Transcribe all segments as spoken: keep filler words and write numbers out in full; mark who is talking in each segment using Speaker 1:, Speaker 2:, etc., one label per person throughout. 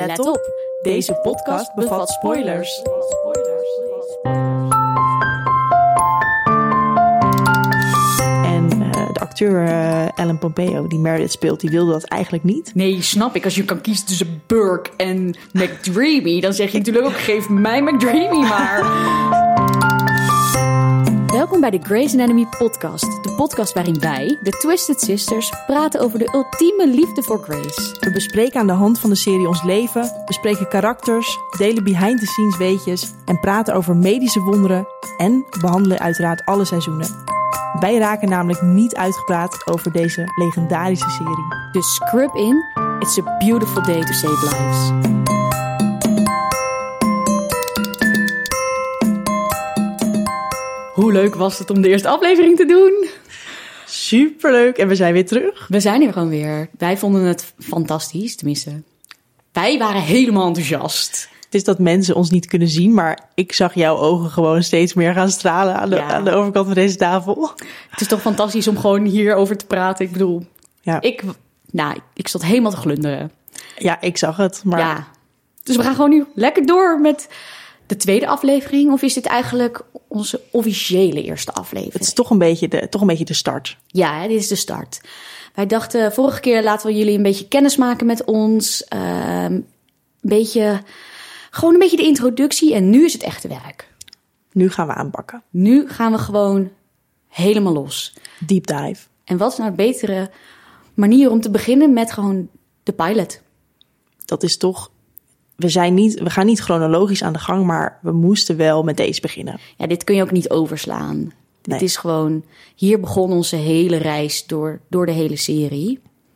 Speaker 1: Let op, deze podcast bevat spoilers.
Speaker 2: En uh, de acteur uh, Ellen Pompeo, die Meredith speelt, die wilde dat eigenlijk niet.
Speaker 1: Nee, snap ik. Als je kan kiezen tussen Burke en McDreamy, dan zeg je natuurlijk ook, geef mij McDreamy maar. Welkom bij de Grey's Anatomy podcast. De podcast waarin wij, de Twisted Sisters, praten over de ultieme liefde voor Grace.
Speaker 2: We bespreken aan de hand van de serie ons leven, bespreken karakters, delen behind-the-scenes weetjes en praten over medische wonderen en behandelen uiteraard alle seizoenen. Wij raken namelijk niet uitgepraat over deze legendarische serie.
Speaker 1: Dus scrub in, it's a beautiful day to save lives. Hoe leuk was het om de eerste aflevering te doen?
Speaker 2: Superleuk en we zijn weer terug.
Speaker 1: We zijn hier gewoon weer. Wij vonden het fantastisch, tenminste. Wij waren helemaal enthousiast.
Speaker 2: Het is dat mensen ons niet kunnen zien, maar ik zag jouw ogen gewoon steeds meer gaan stralen aan de, ja. aan de overkant van deze tafel.
Speaker 1: Het is toch fantastisch om gewoon hierover te praten. Ik bedoel, ja. ik, nou, ik zat helemaal te glunderen.
Speaker 2: Ja, ik zag het. Maar...
Speaker 1: Ja. Dus we gaan gewoon nu lekker door met de tweede aflevering. Of is dit eigenlijk onze officiële eerste aflevering?
Speaker 2: Het is toch een beetje de, toch een beetje de start.
Speaker 1: Ja, hè, dit is de start. Wij dachten, vorige keer laten we jullie een beetje kennis maken met ons. Uh, een beetje, gewoon een beetje de introductie. En nu is het echte werk.
Speaker 2: Nu gaan we aanpakken.
Speaker 1: Nu gaan we gewoon helemaal los.
Speaker 2: Deep dive.
Speaker 1: En wat is nou een betere manier om te beginnen met gewoon de pilot?
Speaker 2: Dat is toch... We, zijn niet, we gaan niet chronologisch aan de gang, maar we moesten wel met deze beginnen.
Speaker 1: Ja, dit kun je ook niet overslaan. Nee. Dit is gewoon... Hier begon onze hele reis door, door de hele serie.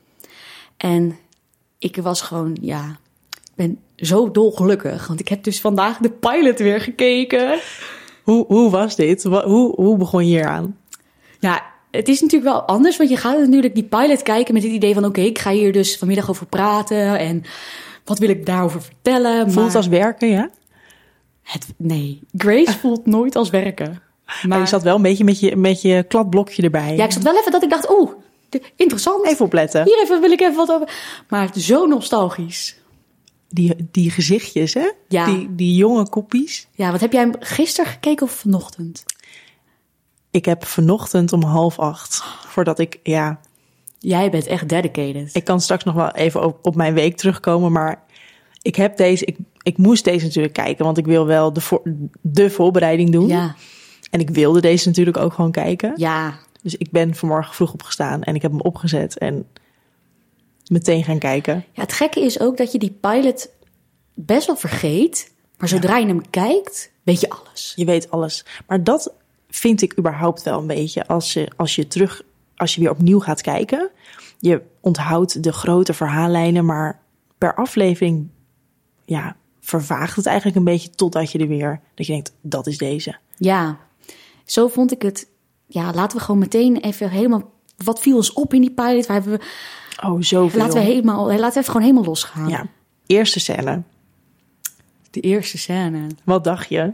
Speaker 1: En ik was gewoon, ja... Ik ben zo dolgelukkig, want ik heb dus vandaag de pilot weer gekeken.
Speaker 2: Hoe, hoe was dit? Hoe, hoe begon je hier aan?
Speaker 1: Ja, het is natuurlijk wel anders, want je gaat natuurlijk die pilot kijken met het idee van... Oké, okay, ik ga hier dus vanmiddag over praten en... Wat wil ik daarover vertellen?
Speaker 2: Voelt maar... als werken, ja?
Speaker 1: Het, nee, Grace voelt nooit als werken.
Speaker 2: Maar... maar je zat wel een beetje met je, met je kladblokje erbij.
Speaker 1: Ja, ik zat wel even dat ik dacht, oeh, interessant.
Speaker 2: Even opletten.
Speaker 1: Hier even wil ik even wat over... Maar zo nostalgisch.
Speaker 2: Die, die gezichtjes, hè?
Speaker 1: Ja.
Speaker 2: Die, die jonge koppies.
Speaker 1: Ja, wat heb jij gisteren gekeken of vanochtend?
Speaker 2: Ik heb vanochtend om half acht, voordat ik, ja...
Speaker 1: Jij bent echt dedicated.
Speaker 2: Ik kan straks nog wel even op, op mijn week terugkomen, maar ik heb deze, ik, ik moest deze natuurlijk kijken, want ik wil wel de, voor, de voorbereiding doen.
Speaker 1: Ja.
Speaker 2: En ik wilde deze natuurlijk ook gewoon kijken.
Speaker 1: Ja.
Speaker 2: Dus ik ben vanmorgen vroeg opgestaan en ik heb hem opgezet en meteen gaan kijken.
Speaker 1: Ja, het gekke is ook dat je die pilot best wel vergeet, maar zodra ja. je hem kijkt, weet je alles.
Speaker 2: Je weet alles. Maar dat vind ik überhaupt wel een beetje als je, als je terug... Als je weer opnieuw gaat kijken, je onthoudt de grote verhaallijnen, maar per aflevering ja, vervaagt het eigenlijk een beetje totdat je er weer, dat je denkt, dat is deze.
Speaker 1: Ja, zo vond ik het. Ja, laten we gewoon meteen even helemaal, wat viel ons op in die pilot? Waar hebben we,
Speaker 2: oh, zoveel.
Speaker 1: Laten we, helemaal, laten we even gewoon helemaal losgaan.
Speaker 2: Ja, eerste scène.
Speaker 1: De eerste scène.
Speaker 2: Wat dacht je?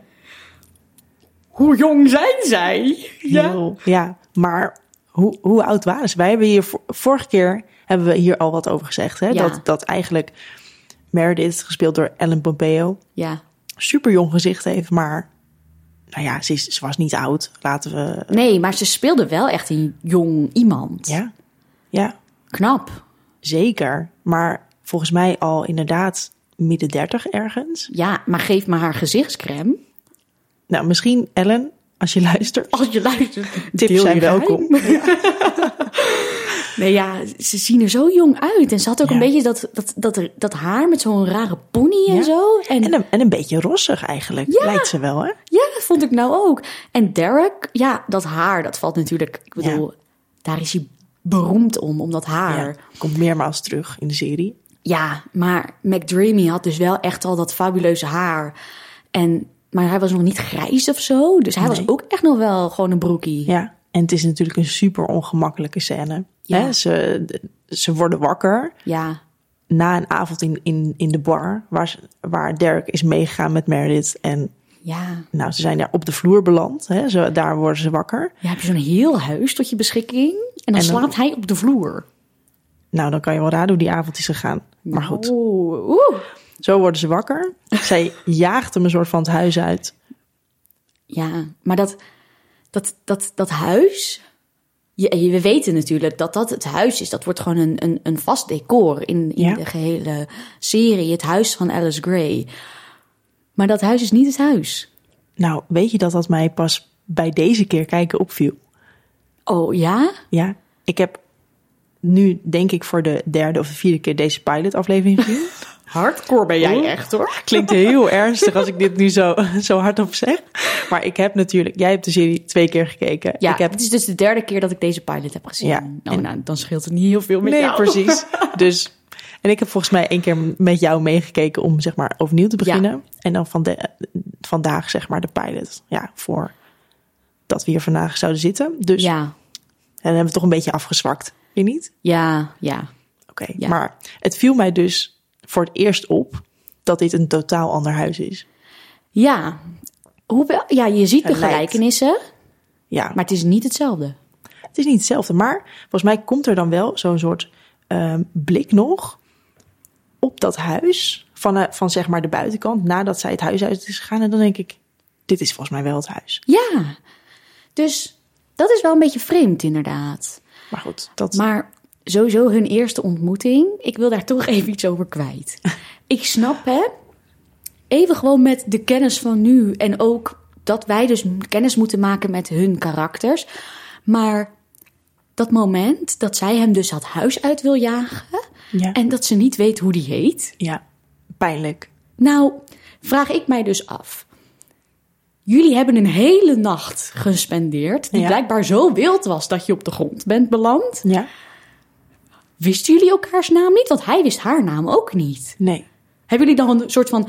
Speaker 1: Hoe jong zijn zij?
Speaker 2: Ja, ja, maar... Hoe, hoe oud waren ze? Wij hebben hier vorige keer hebben we hier al wat over gezegd. Hè?
Speaker 1: Ja.
Speaker 2: Dat, dat eigenlijk Meredith, gespeeld door Ellen Pompeo,
Speaker 1: ja.
Speaker 2: super jong gezicht heeft, maar nou ja, ze, is, ze was niet oud. Laten we.
Speaker 1: Nee, maar ze speelde wel echt een jong iemand.
Speaker 2: Ja, ja.
Speaker 1: Knap.
Speaker 2: Zeker, maar volgens mij al inderdaad midden dertig ergens.
Speaker 1: Ja, maar geef me haar gezichtscrème.
Speaker 2: Nou, misschien Ellen. Als je luistert.
Speaker 1: Als je luistert.
Speaker 2: Tips zijn welkom.
Speaker 1: Ja. Nee, ja, ze zien er zo jong uit. En ze had ook ja. een beetje dat, dat, dat, dat haar met zo'n rare pony en ja. zo. En,
Speaker 2: en, een, en een beetje rossig eigenlijk. Ja. Lijkt ze wel, hè?
Speaker 1: Ja, dat vond ik nou ook. En Derek, ja, dat haar, dat valt natuurlijk... Ik bedoel, ja. daar is hij beroemd om, om dat haar.
Speaker 2: Ja. Komt meermaals terug in de serie.
Speaker 1: Ja, maar McDreamy had dus wel echt al dat fabuleuze haar. En... Maar hij was nog niet grijs of zo. Dus hij nee. was ook echt nog wel gewoon een broekie.
Speaker 2: Ja, en het is natuurlijk een super ongemakkelijke scène. Ja. Hè? Ze, ze worden wakker.
Speaker 1: Ja.
Speaker 2: Na een avond in, in, in de bar. Waar, waar Derek is meegegaan met Meredith. En
Speaker 1: ja.
Speaker 2: nou, ze zijn daar op de vloer beland. Hè? Zo, daar worden ze wakker.
Speaker 1: Ja, heb je zo'n heel huis tot je beschikking. En dan, en dan slaapt hij op de vloer.
Speaker 2: Nou, dan kan je wel raden hoe die avond is gegaan. Maar goed.
Speaker 1: Oeh. Oeh.
Speaker 2: Zo worden ze wakker. Zij jaagt hem een soort van het huis uit.
Speaker 1: Ja, maar dat, dat, dat, dat huis... Je, we weten natuurlijk dat dat het huis is. Dat wordt gewoon een, een, een vast decor in, in ja. de gehele serie. Het huis van Alice Gray. Maar dat huis is niet het huis.
Speaker 2: Nou, weet je dat dat mij pas bij deze keer kijken opviel?
Speaker 1: Oh, ja?
Speaker 2: Ja, ik heb nu denk ik voor de derde of de vierde keer deze pilot-aflevering gezien.
Speaker 1: Hardcore ben jij echt, hoor.
Speaker 2: Klinkt heel ernstig als ik dit nu zo, zo hardop zeg. Maar ik heb natuurlijk... Jij hebt de serie twee keer gekeken.
Speaker 1: Ja,
Speaker 2: ik heb...
Speaker 1: het is dus de derde keer dat ik deze pilot heb gezien.
Speaker 2: Ja,
Speaker 1: nou, en... nou, dan scheelt het niet heel veel met
Speaker 2: nee,
Speaker 1: jou.
Speaker 2: Precies. Dus, en ik heb volgens mij één keer met jou meegekeken om zeg maar overnieuw te beginnen. Ja. En dan van de, vandaag zeg maar de pilot. Ja, voor dat we hier vandaag zouden zitten. Dus
Speaker 1: ja.
Speaker 2: En dan hebben we het toch een beetje afgezwakt. Vind je niet?
Speaker 1: Ja, ja.
Speaker 2: Oké, okay,
Speaker 1: ja.
Speaker 2: Maar het viel mij dus voor het eerst op dat dit een totaal ander huis is.
Speaker 1: Ja, Hoewel, ja, je ziet het de gelijkenissen,
Speaker 2: ja.
Speaker 1: Maar het is niet hetzelfde.
Speaker 2: Het is niet hetzelfde, maar volgens mij komt er dan wel zo'n soort uh, blik nog op dat huis van, uh, van zeg maar de buitenkant, nadat zij het huis uit is gegaan. En dan denk ik, dit is volgens mij wel het huis.
Speaker 1: Ja, dus dat is wel een beetje vreemd inderdaad.
Speaker 2: Maar goed, dat...
Speaker 1: Maar sowieso hun eerste ontmoeting, ik wil daar toch even iets over kwijt. Ik snap, hè, even gewoon met de kennis van nu en ook dat wij dus kennis moeten maken met hun karakters. Maar dat moment dat zij hem dus het huis uit wil jagen,
Speaker 2: ja.
Speaker 1: En dat ze niet weet hoe die heet.
Speaker 2: Ja, pijnlijk.
Speaker 1: Nou, vraag ik mij dus af. Jullie hebben een hele nacht gespendeerd die ja. blijkbaar zo wild was dat je op de grond bent beland.
Speaker 2: Ja.
Speaker 1: Wisten jullie elkaars naam niet? Want hij wist haar naam ook niet.
Speaker 2: Nee.
Speaker 1: Hebben jullie dan een soort van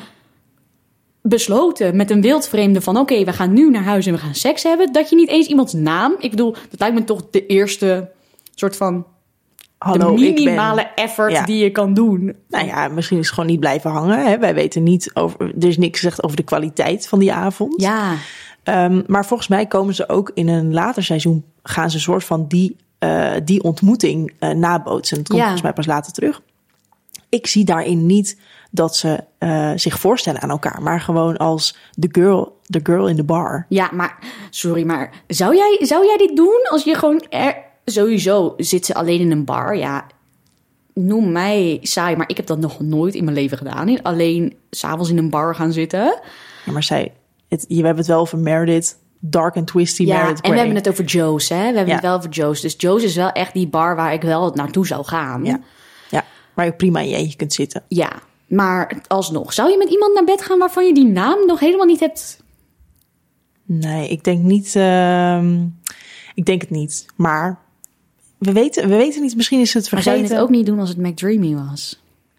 Speaker 1: besloten met een wildvreemde van oké, okay, we gaan nu naar huis en we gaan seks hebben, dat je niet eens iemands naam... Ik bedoel, dat lijkt me toch de eerste soort van
Speaker 2: Hallo,
Speaker 1: de minimale
Speaker 2: ik ben...
Speaker 1: effort
Speaker 2: ja.
Speaker 1: die je kan doen.
Speaker 2: Nou ja, misschien is het gewoon niet blijven hangen. Hè? Wij weten niet over... Er is niks gezegd over de kwaliteit van die avond.
Speaker 1: Ja.
Speaker 2: Um, maar volgens mij komen ze ook in een later seizoen, gaan ze een soort van die, uh, die ontmoeting uh, nabootsen. Dat komt ja. volgens mij pas later terug. Ik zie daarin niet dat ze uh, zich voorstellen aan elkaar, maar gewoon als the girl, the girl in the bar.
Speaker 1: Ja, maar sorry, maar zou jij, zou jij dit doen als je gewoon er, sowieso zit ze alleen in een bar? Ja, noem mij saai, maar ik heb dat nog nooit in mijn leven gedaan. Alleen 's avonds in een bar gaan zitten.
Speaker 2: Ja, maar zij, het, we hebben het wel over Meredith, dark and twisty
Speaker 1: ja,
Speaker 2: Meredith Grey.
Speaker 1: En we hebben het over Joe's, hè? We hebben ja. het wel over Joe's. Dus Joe's is wel echt die bar waar ik wel naartoe zou gaan.
Speaker 2: Ja, ja, waar je prima in je eentje kunt zitten.
Speaker 1: Ja, maar alsnog, zou je met iemand naar bed gaan waarvan je die naam nog helemaal niet hebt?
Speaker 2: Nee, ik denk niet. Uh, ik denk het niet. Maar we weten, we weten niet. Misschien is het vergeten.
Speaker 1: Maar zou je het ook niet doen als het McDreamy was?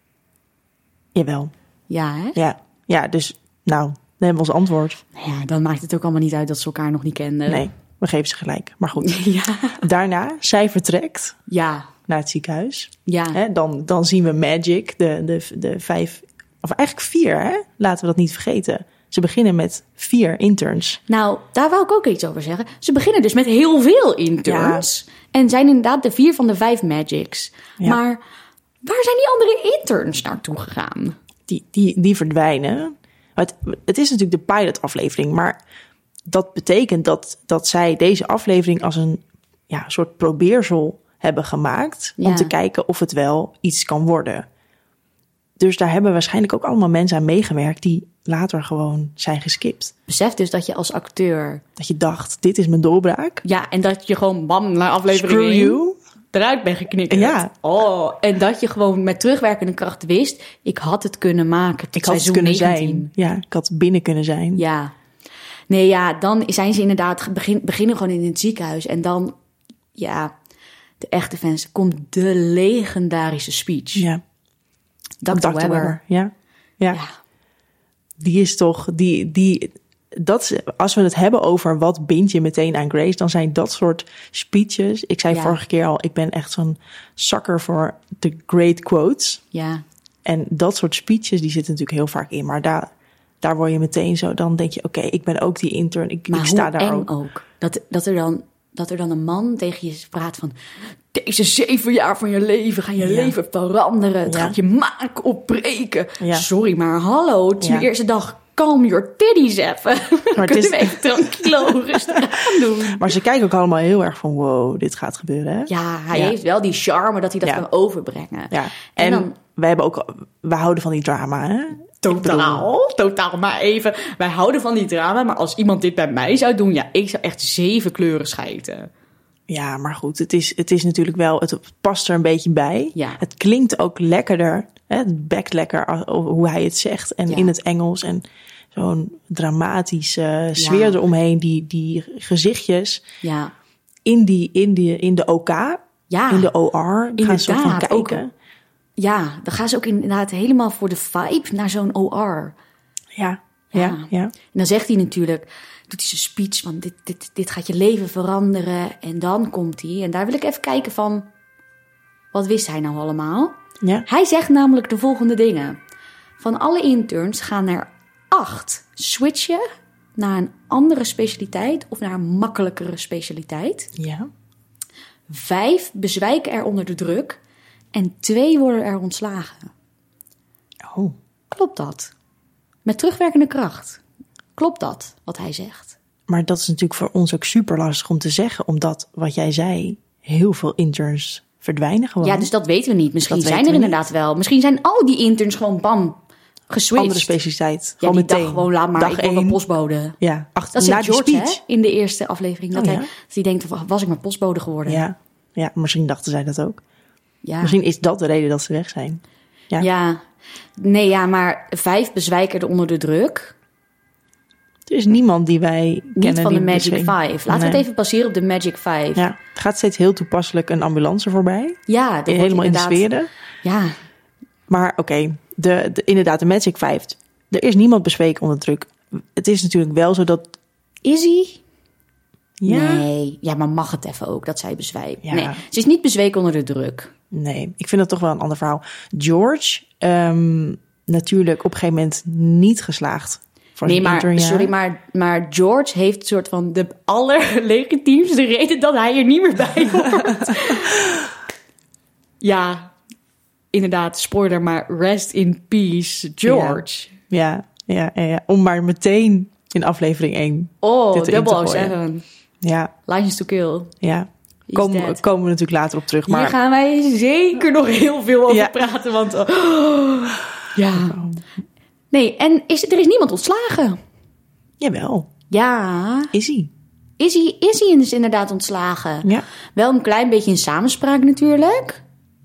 Speaker 2: Jawel.
Speaker 1: Ja, hè?
Speaker 2: Ja, ja, dus nou, dan hebben we ons antwoord.
Speaker 1: Nou ja, dan maakt het ook allemaal niet uit dat ze elkaar nog niet kenden.
Speaker 2: Nee, we geven ze gelijk. Maar goed.
Speaker 1: Ja.
Speaker 2: Daarna, zij vertrekt.
Speaker 1: Ja.
Speaker 2: Naar het ziekenhuis.
Speaker 1: Ja.
Speaker 2: Hè, dan, dan zien we Magic, de, de, de vijf, of eigenlijk vier, hè? Laten we dat niet vergeten. Ze beginnen met vier interns.
Speaker 1: Nou, daar wou ik ook iets over zeggen. Ze beginnen dus met heel veel interns. Ja. En zijn inderdaad de vier van de vijf Magics. Ja. Maar waar zijn die andere interns naartoe gegaan?
Speaker 2: Die, die, die verdwijnen. Het, het is natuurlijk de pilot-aflevering, maar dat betekent dat, dat zij deze aflevering als een ja, soort probeersel hebben gemaakt ja. om te kijken of het wel iets kan worden. Dus daar hebben waarschijnlijk ook allemaal mensen aan meegewerkt die later gewoon zijn geskipt.
Speaker 1: Besef dus dat je als acteur...
Speaker 2: Dat je dacht, dit is mijn doorbraak.
Speaker 1: Ja, en dat je gewoon bam naar aflevering
Speaker 2: Screw
Speaker 1: één
Speaker 2: you.
Speaker 1: eruit bent geknikt.
Speaker 2: Ja.
Speaker 1: Oh, en dat je gewoon met terugwerkende kracht wist, ik had het kunnen maken.
Speaker 2: Ik had het kunnen negentien zijn. Ja, ik had binnen kunnen zijn.
Speaker 1: Ja. Nee, ja, dan zijn ze inderdaad begin, beginnen gewoon in het ziekenhuis. En dan, ja, de echte fans, komt de legendarische speech.
Speaker 2: Ja.
Speaker 1: dokter Webber. Webber.
Speaker 2: Ja. Ja. ja. Die is toch, die, die, dat, als we het hebben over wat bind je meteen aan Grace, dan zijn dat soort speeches. Ik zei ja. vorige keer al, ik ben echt zo'n sucker voor de great quotes.
Speaker 1: Ja.
Speaker 2: En dat soort speeches, die zitten natuurlijk heel vaak in. Maar daar, daar word je meteen zo, dan denk je, oké, okay, ik ben ook die intern. Ik,
Speaker 1: maar
Speaker 2: ik sta
Speaker 1: hoe
Speaker 2: daar
Speaker 1: eng
Speaker 2: ook.
Speaker 1: ook. Dat, dat er dan dat er dan een man tegen je praat van... Deze zeven jaar van je leven gaan je
Speaker 2: Ja.
Speaker 1: leven veranderen. Het
Speaker 2: Ja.
Speaker 1: gaat je maken opbreken.
Speaker 2: Ja.
Speaker 1: Sorry, maar hallo. Het is
Speaker 2: Ja.
Speaker 1: mijn eerste dag. Calm your titties even.
Speaker 2: het
Speaker 1: Kunnen
Speaker 2: is-
Speaker 1: we even tranquilo rustig aan doen.
Speaker 2: Maar ze kijken ook allemaal heel erg van... wow, dit gaat gebeuren, hè?
Speaker 1: Ja, hij
Speaker 2: Ja.
Speaker 1: heeft wel die charme dat hij dat
Speaker 2: Ja.
Speaker 1: kan overbrengen.
Speaker 2: Ja.
Speaker 1: En
Speaker 2: En,
Speaker 1: dan-
Speaker 2: wij hebben ook... We houden van die drama, hè?
Speaker 1: Totaal, totaal. Maar even, wij houden van die drama. Maar als iemand dit bij mij zou doen... Ja, ik zou echt zeven kleuren schijten.
Speaker 2: Ja, maar goed, het is, het is natuurlijk wel... Het past er een beetje bij.
Speaker 1: Ja.
Speaker 2: Het klinkt ook lekkerder. Hè? Het bekt lekker als- hoe hij het zegt. En
Speaker 1: Ja.
Speaker 2: in het Engels. En zo'n dramatische sfeer
Speaker 1: Ja.
Speaker 2: eromheen. Die, die gezichtjes
Speaker 1: Ja,
Speaker 2: in, die, in, die, in de O K,
Speaker 1: ja.
Speaker 2: in de O R. Gaan ze van
Speaker 1: Inderdaad, ook-
Speaker 2: kijken.
Speaker 1: Ja, dan gaan ze ook inderdaad helemaal voor de vibe naar zo'n O R.
Speaker 2: Ja, ja,
Speaker 1: Ja.
Speaker 2: ja.
Speaker 1: En dan zegt hij natuurlijk, doet hij zijn speech van dit, dit, dit gaat je leven veranderen. En dan komt hij, en daar wil ik even kijken van, wat wist hij nou allemaal?
Speaker 2: ja.
Speaker 1: Hij zegt namelijk de volgende dingen. Van alle interns gaan er acht switchen naar een andere specialiteit of naar een makkelijkere specialiteit.
Speaker 2: ja.
Speaker 1: Vijf bezwijken er onder de druk en twee worden er ontslagen.
Speaker 2: Oh,
Speaker 1: Klopt dat? Met terugwerkende kracht. Klopt dat, wat hij zegt?
Speaker 2: maar dat is natuurlijk voor ons ook super lastig om te zeggen. Omdat, wat jij zei, heel veel interns verdwijnen gewoon.
Speaker 1: Ja, dus dat weten we niet. Misschien
Speaker 2: Dat
Speaker 1: zijn
Speaker 2: weten
Speaker 1: er
Speaker 2: we
Speaker 1: inderdaad wel. Misschien zijn al die interns gewoon bam, geswitcht.
Speaker 2: Andere specialiteit.
Speaker 1: Ja,
Speaker 2: Gewoon
Speaker 1: die
Speaker 2: meteen.
Speaker 1: dacht gewoon, laat maar,
Speaker 2: Dag
Speaker 1: ik word wel
Speaker 2: één.
Speaker 1: postbode.
Speaker 2: Ja, achter,
Speaker 1: Dat
Speaker 2: na
Speaker 1: zegt
Speaker 2: die
Speaker 1: George, hè,
Speaker 2: speech.
Speaker 1: in de eerste aflevering. Dat,
Speaker 2: Oh,
Speaker 1: hij,
Speaker 2: ja?
Speaker 1: dat hij denkt, was ik maar postbode geworden?
Speaker 2: Ja, ja, misschien dachten zij dat ook.
Speaker 1: Ja.
Speaker 2: Misschien is dat de reden dat ze weg zijn. Ja.
Speaker 1: Ja. Nee, ja, maar vijf bezwijken er onder de druk.
Speaker 2: Er is niemand die wij
Speaker 1: Niet
Speaker 2: kennen.
Speaker 1: van de
Speaker 2: die
Speaker 1: Magic
Speaker 2: misschien-
Speaker 1: Five. Laten we
Speaker 2: Nee.
Speaker 1: het even passeren op de Magic Five.
Speaker 2: Ja, het gaat steeds heel toepasselijk een ambulance voorbij.
Speaker 1: Ja, dat wordt
Speaker 2: Helemaal in de
Speaker 1: inderdaad-
Speaker 2: sferen.
Speaker 1: Ja,
Speaker 2: Maar oké, de, de, inderdaad, de Magic Five. Er is niemand bezweken onder druk. Het is natuurlijk wel zo dat...
Speaker 1: is hij?
Speaker 2: Ja,
Speaker 1: Nee. Ja, maar mag het even ook, dat zij bezwijkt?
Speaker 2: Ja.
Speaker 1: Nee, ze is niet bezweken onder de druk.
Speaker 2: nee, ik vind dat toch wel een ander verhaal. George, ehm, natuurlijk op een gegeven moment niet geslaagd. Voor
Speaker 1: Nee,
Speaker 2: zijn
Speaker 1: maar
Speaker 2: internjaar.
Speaker 1: sorry, maar, maar George heeft een soort van de allerlegitiemste reden dat hij er niet meer bij hoort. Ja, inderdaad, spoiler, maar rest in peace, George.
Speaker 2: Ja, ja, ja, ja, om maar meteen in aflevering één.
Speaker 1: Oh,
Speaker 2: dit erin te
Speaker 1: double oh
Speaker 2: gooien.
Speaker 1: seven.
Speaker 2: Ja,
Speaker 1: License to kill.
Speaker 2: ja.
Speaker 1: He's
Speaker 2: Komen,
Speaker 1: dead.
Speaker 2: komen we natuurlijk later op terug.
Speaker 1: Hier
Speaker 2: Maar
Speaker 1: gaan wij zeker nog heel veel over
Speaker 2: Ja.
Speaker 1: praten, want... oh, ja. Nee, en is, er is niemand ontslagen.
Speaker 2: jawel,
Speaker 1: Ja,
Speaker 2: is hij.
Speaker 1: is hij, is hij dus inderdaad ontslagen?
Speaker 2: Ja.
Speaker 1: Wel een klein beetje in samenspraak natuurlijk.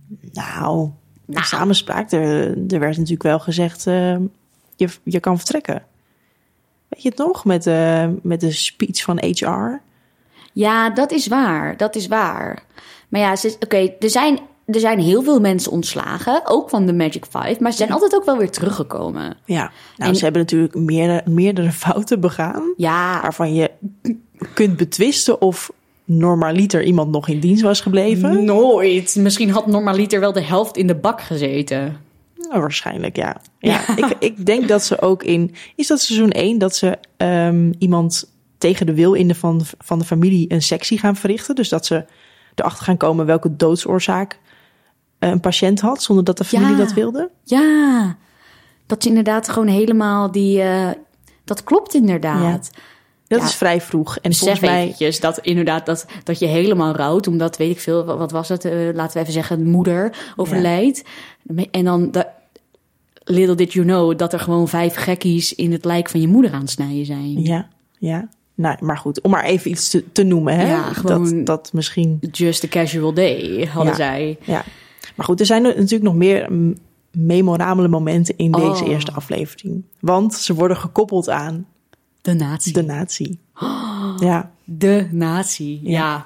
Speaker 2: Nou, de
Speaker 1: Nou.
Speaker 2: samenspraak. Er, er werd natuurlijk wel gezegd, eh, je, je kan vertrekken. Weet je het nog? Met, eh, met de speech van H R.
Speaker 1: Ja, dat is waar. Dat is waar. Maar ja, ze- oké, er, zijn, er zijn heel veel mensen ontslagen. Ook van de Magic Five. Maar ze zijn altijd ook wel weer teruggekomen.
Speaker 2: Ja, nou,
Speaker 1: En-
Speaker 2: ze hebben natuurlijk meerdere, meerdere fouten begaan.
Speaker 1: Ja,
Speaker 2: Waarvan je kunt betwisten of normaliter iemand nog in dienst was gebleven.
Speaker 1: nooit. Misschien had normaliter wel de helft in de bak gezeten.
Speaker 2: Nou, waarschijnlijk, ja. ja, Ik, ik denk dat ze ook in... Is dat seizoen één dat ze ehm, iemand tegen de wil in de van, van de familie een sectie gaan verrichten? Dus dat ze erachter gaan komen welke doodsoorzaak eh, een patiënt had, zonder dat de familie
Speaker 1: Ja.
Speaker 2: dat wilde?
Speaker 1: Ja, dat is inderdaad gewoon helemaal die... eh, dat klopt inderdaad.
Speaker 2: Dat
Speaker 1: Ja.
Speaker 2: is vrij vroeg. En
Speaker 1: Besef
Speaker 2: volgens mij...
Speaker 1: eventjes dat inderdaad dat, dat je helemaal rouwt. Omdat, weet ik veel, wat, wat was het? Eh, laten we even zeggen, de moeder overlijdt. En dan, dat, little did you know, dat er gewoon vijf gekkies in het lijk van je moeder aan het snijden zijn.
Speaker 2: Ja, ja. Nou, maar goed, om maar even iets te, te noemen. Hè?
Speaker 1: Ja, gewoon-
Speaker 2: dat, dat misschien...
Speaker 1: Just a casual day, hadden
Speaker 2: Ja.
Speaker 1: zij.
Speaker 2: Ja. Maar goed, er zijn er natuurlijk nog meer mm, memorabele momenten in deze
Speaker 1: Oh.
Speaker 2: eerste aflevering. Want ze worden gekoppeld aan
Speaker 1: De natie.
Speaker 2: de natie. Ja,
Speaker 1: De natie, ja.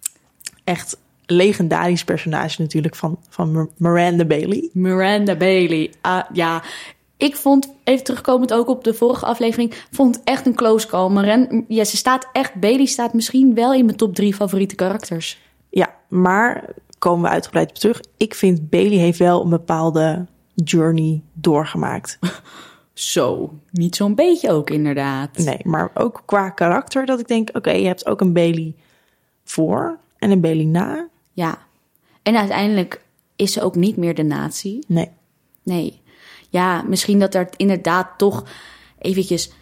Speaker 2: echt legendarisch personage natuurlijk van, van Mir- Miranda Bailey.
Speaker 1: Miranda Bailey. Ah, ja, ik vond, even terugkomend ook op de vorige aflevering, vond echt een close call. Miranda, ja, ze staat echt, Bailey staat misschien wel in mijn top drie favoriete karakters.
Speaker 2: Ja, maar komen we uitgebreid op terug. Ik vind Bailey heeft wel een bepaalde journey doorgemaakt.
Speaker 1: Zo, niet zo'n beetje ook inderdaad.
Speaker 2: Nee, maar ook qua karakter dat ik denk, oké, je hebt ook een Bailey voor en een Bailey na.
Speaker 1: Ja. En uiteindelijk is ze ook niet meer de nazi.
Speaker 2: Nee.
Speaker 1: Nee. Ja, misschien dat er inderdaad toch eventjes...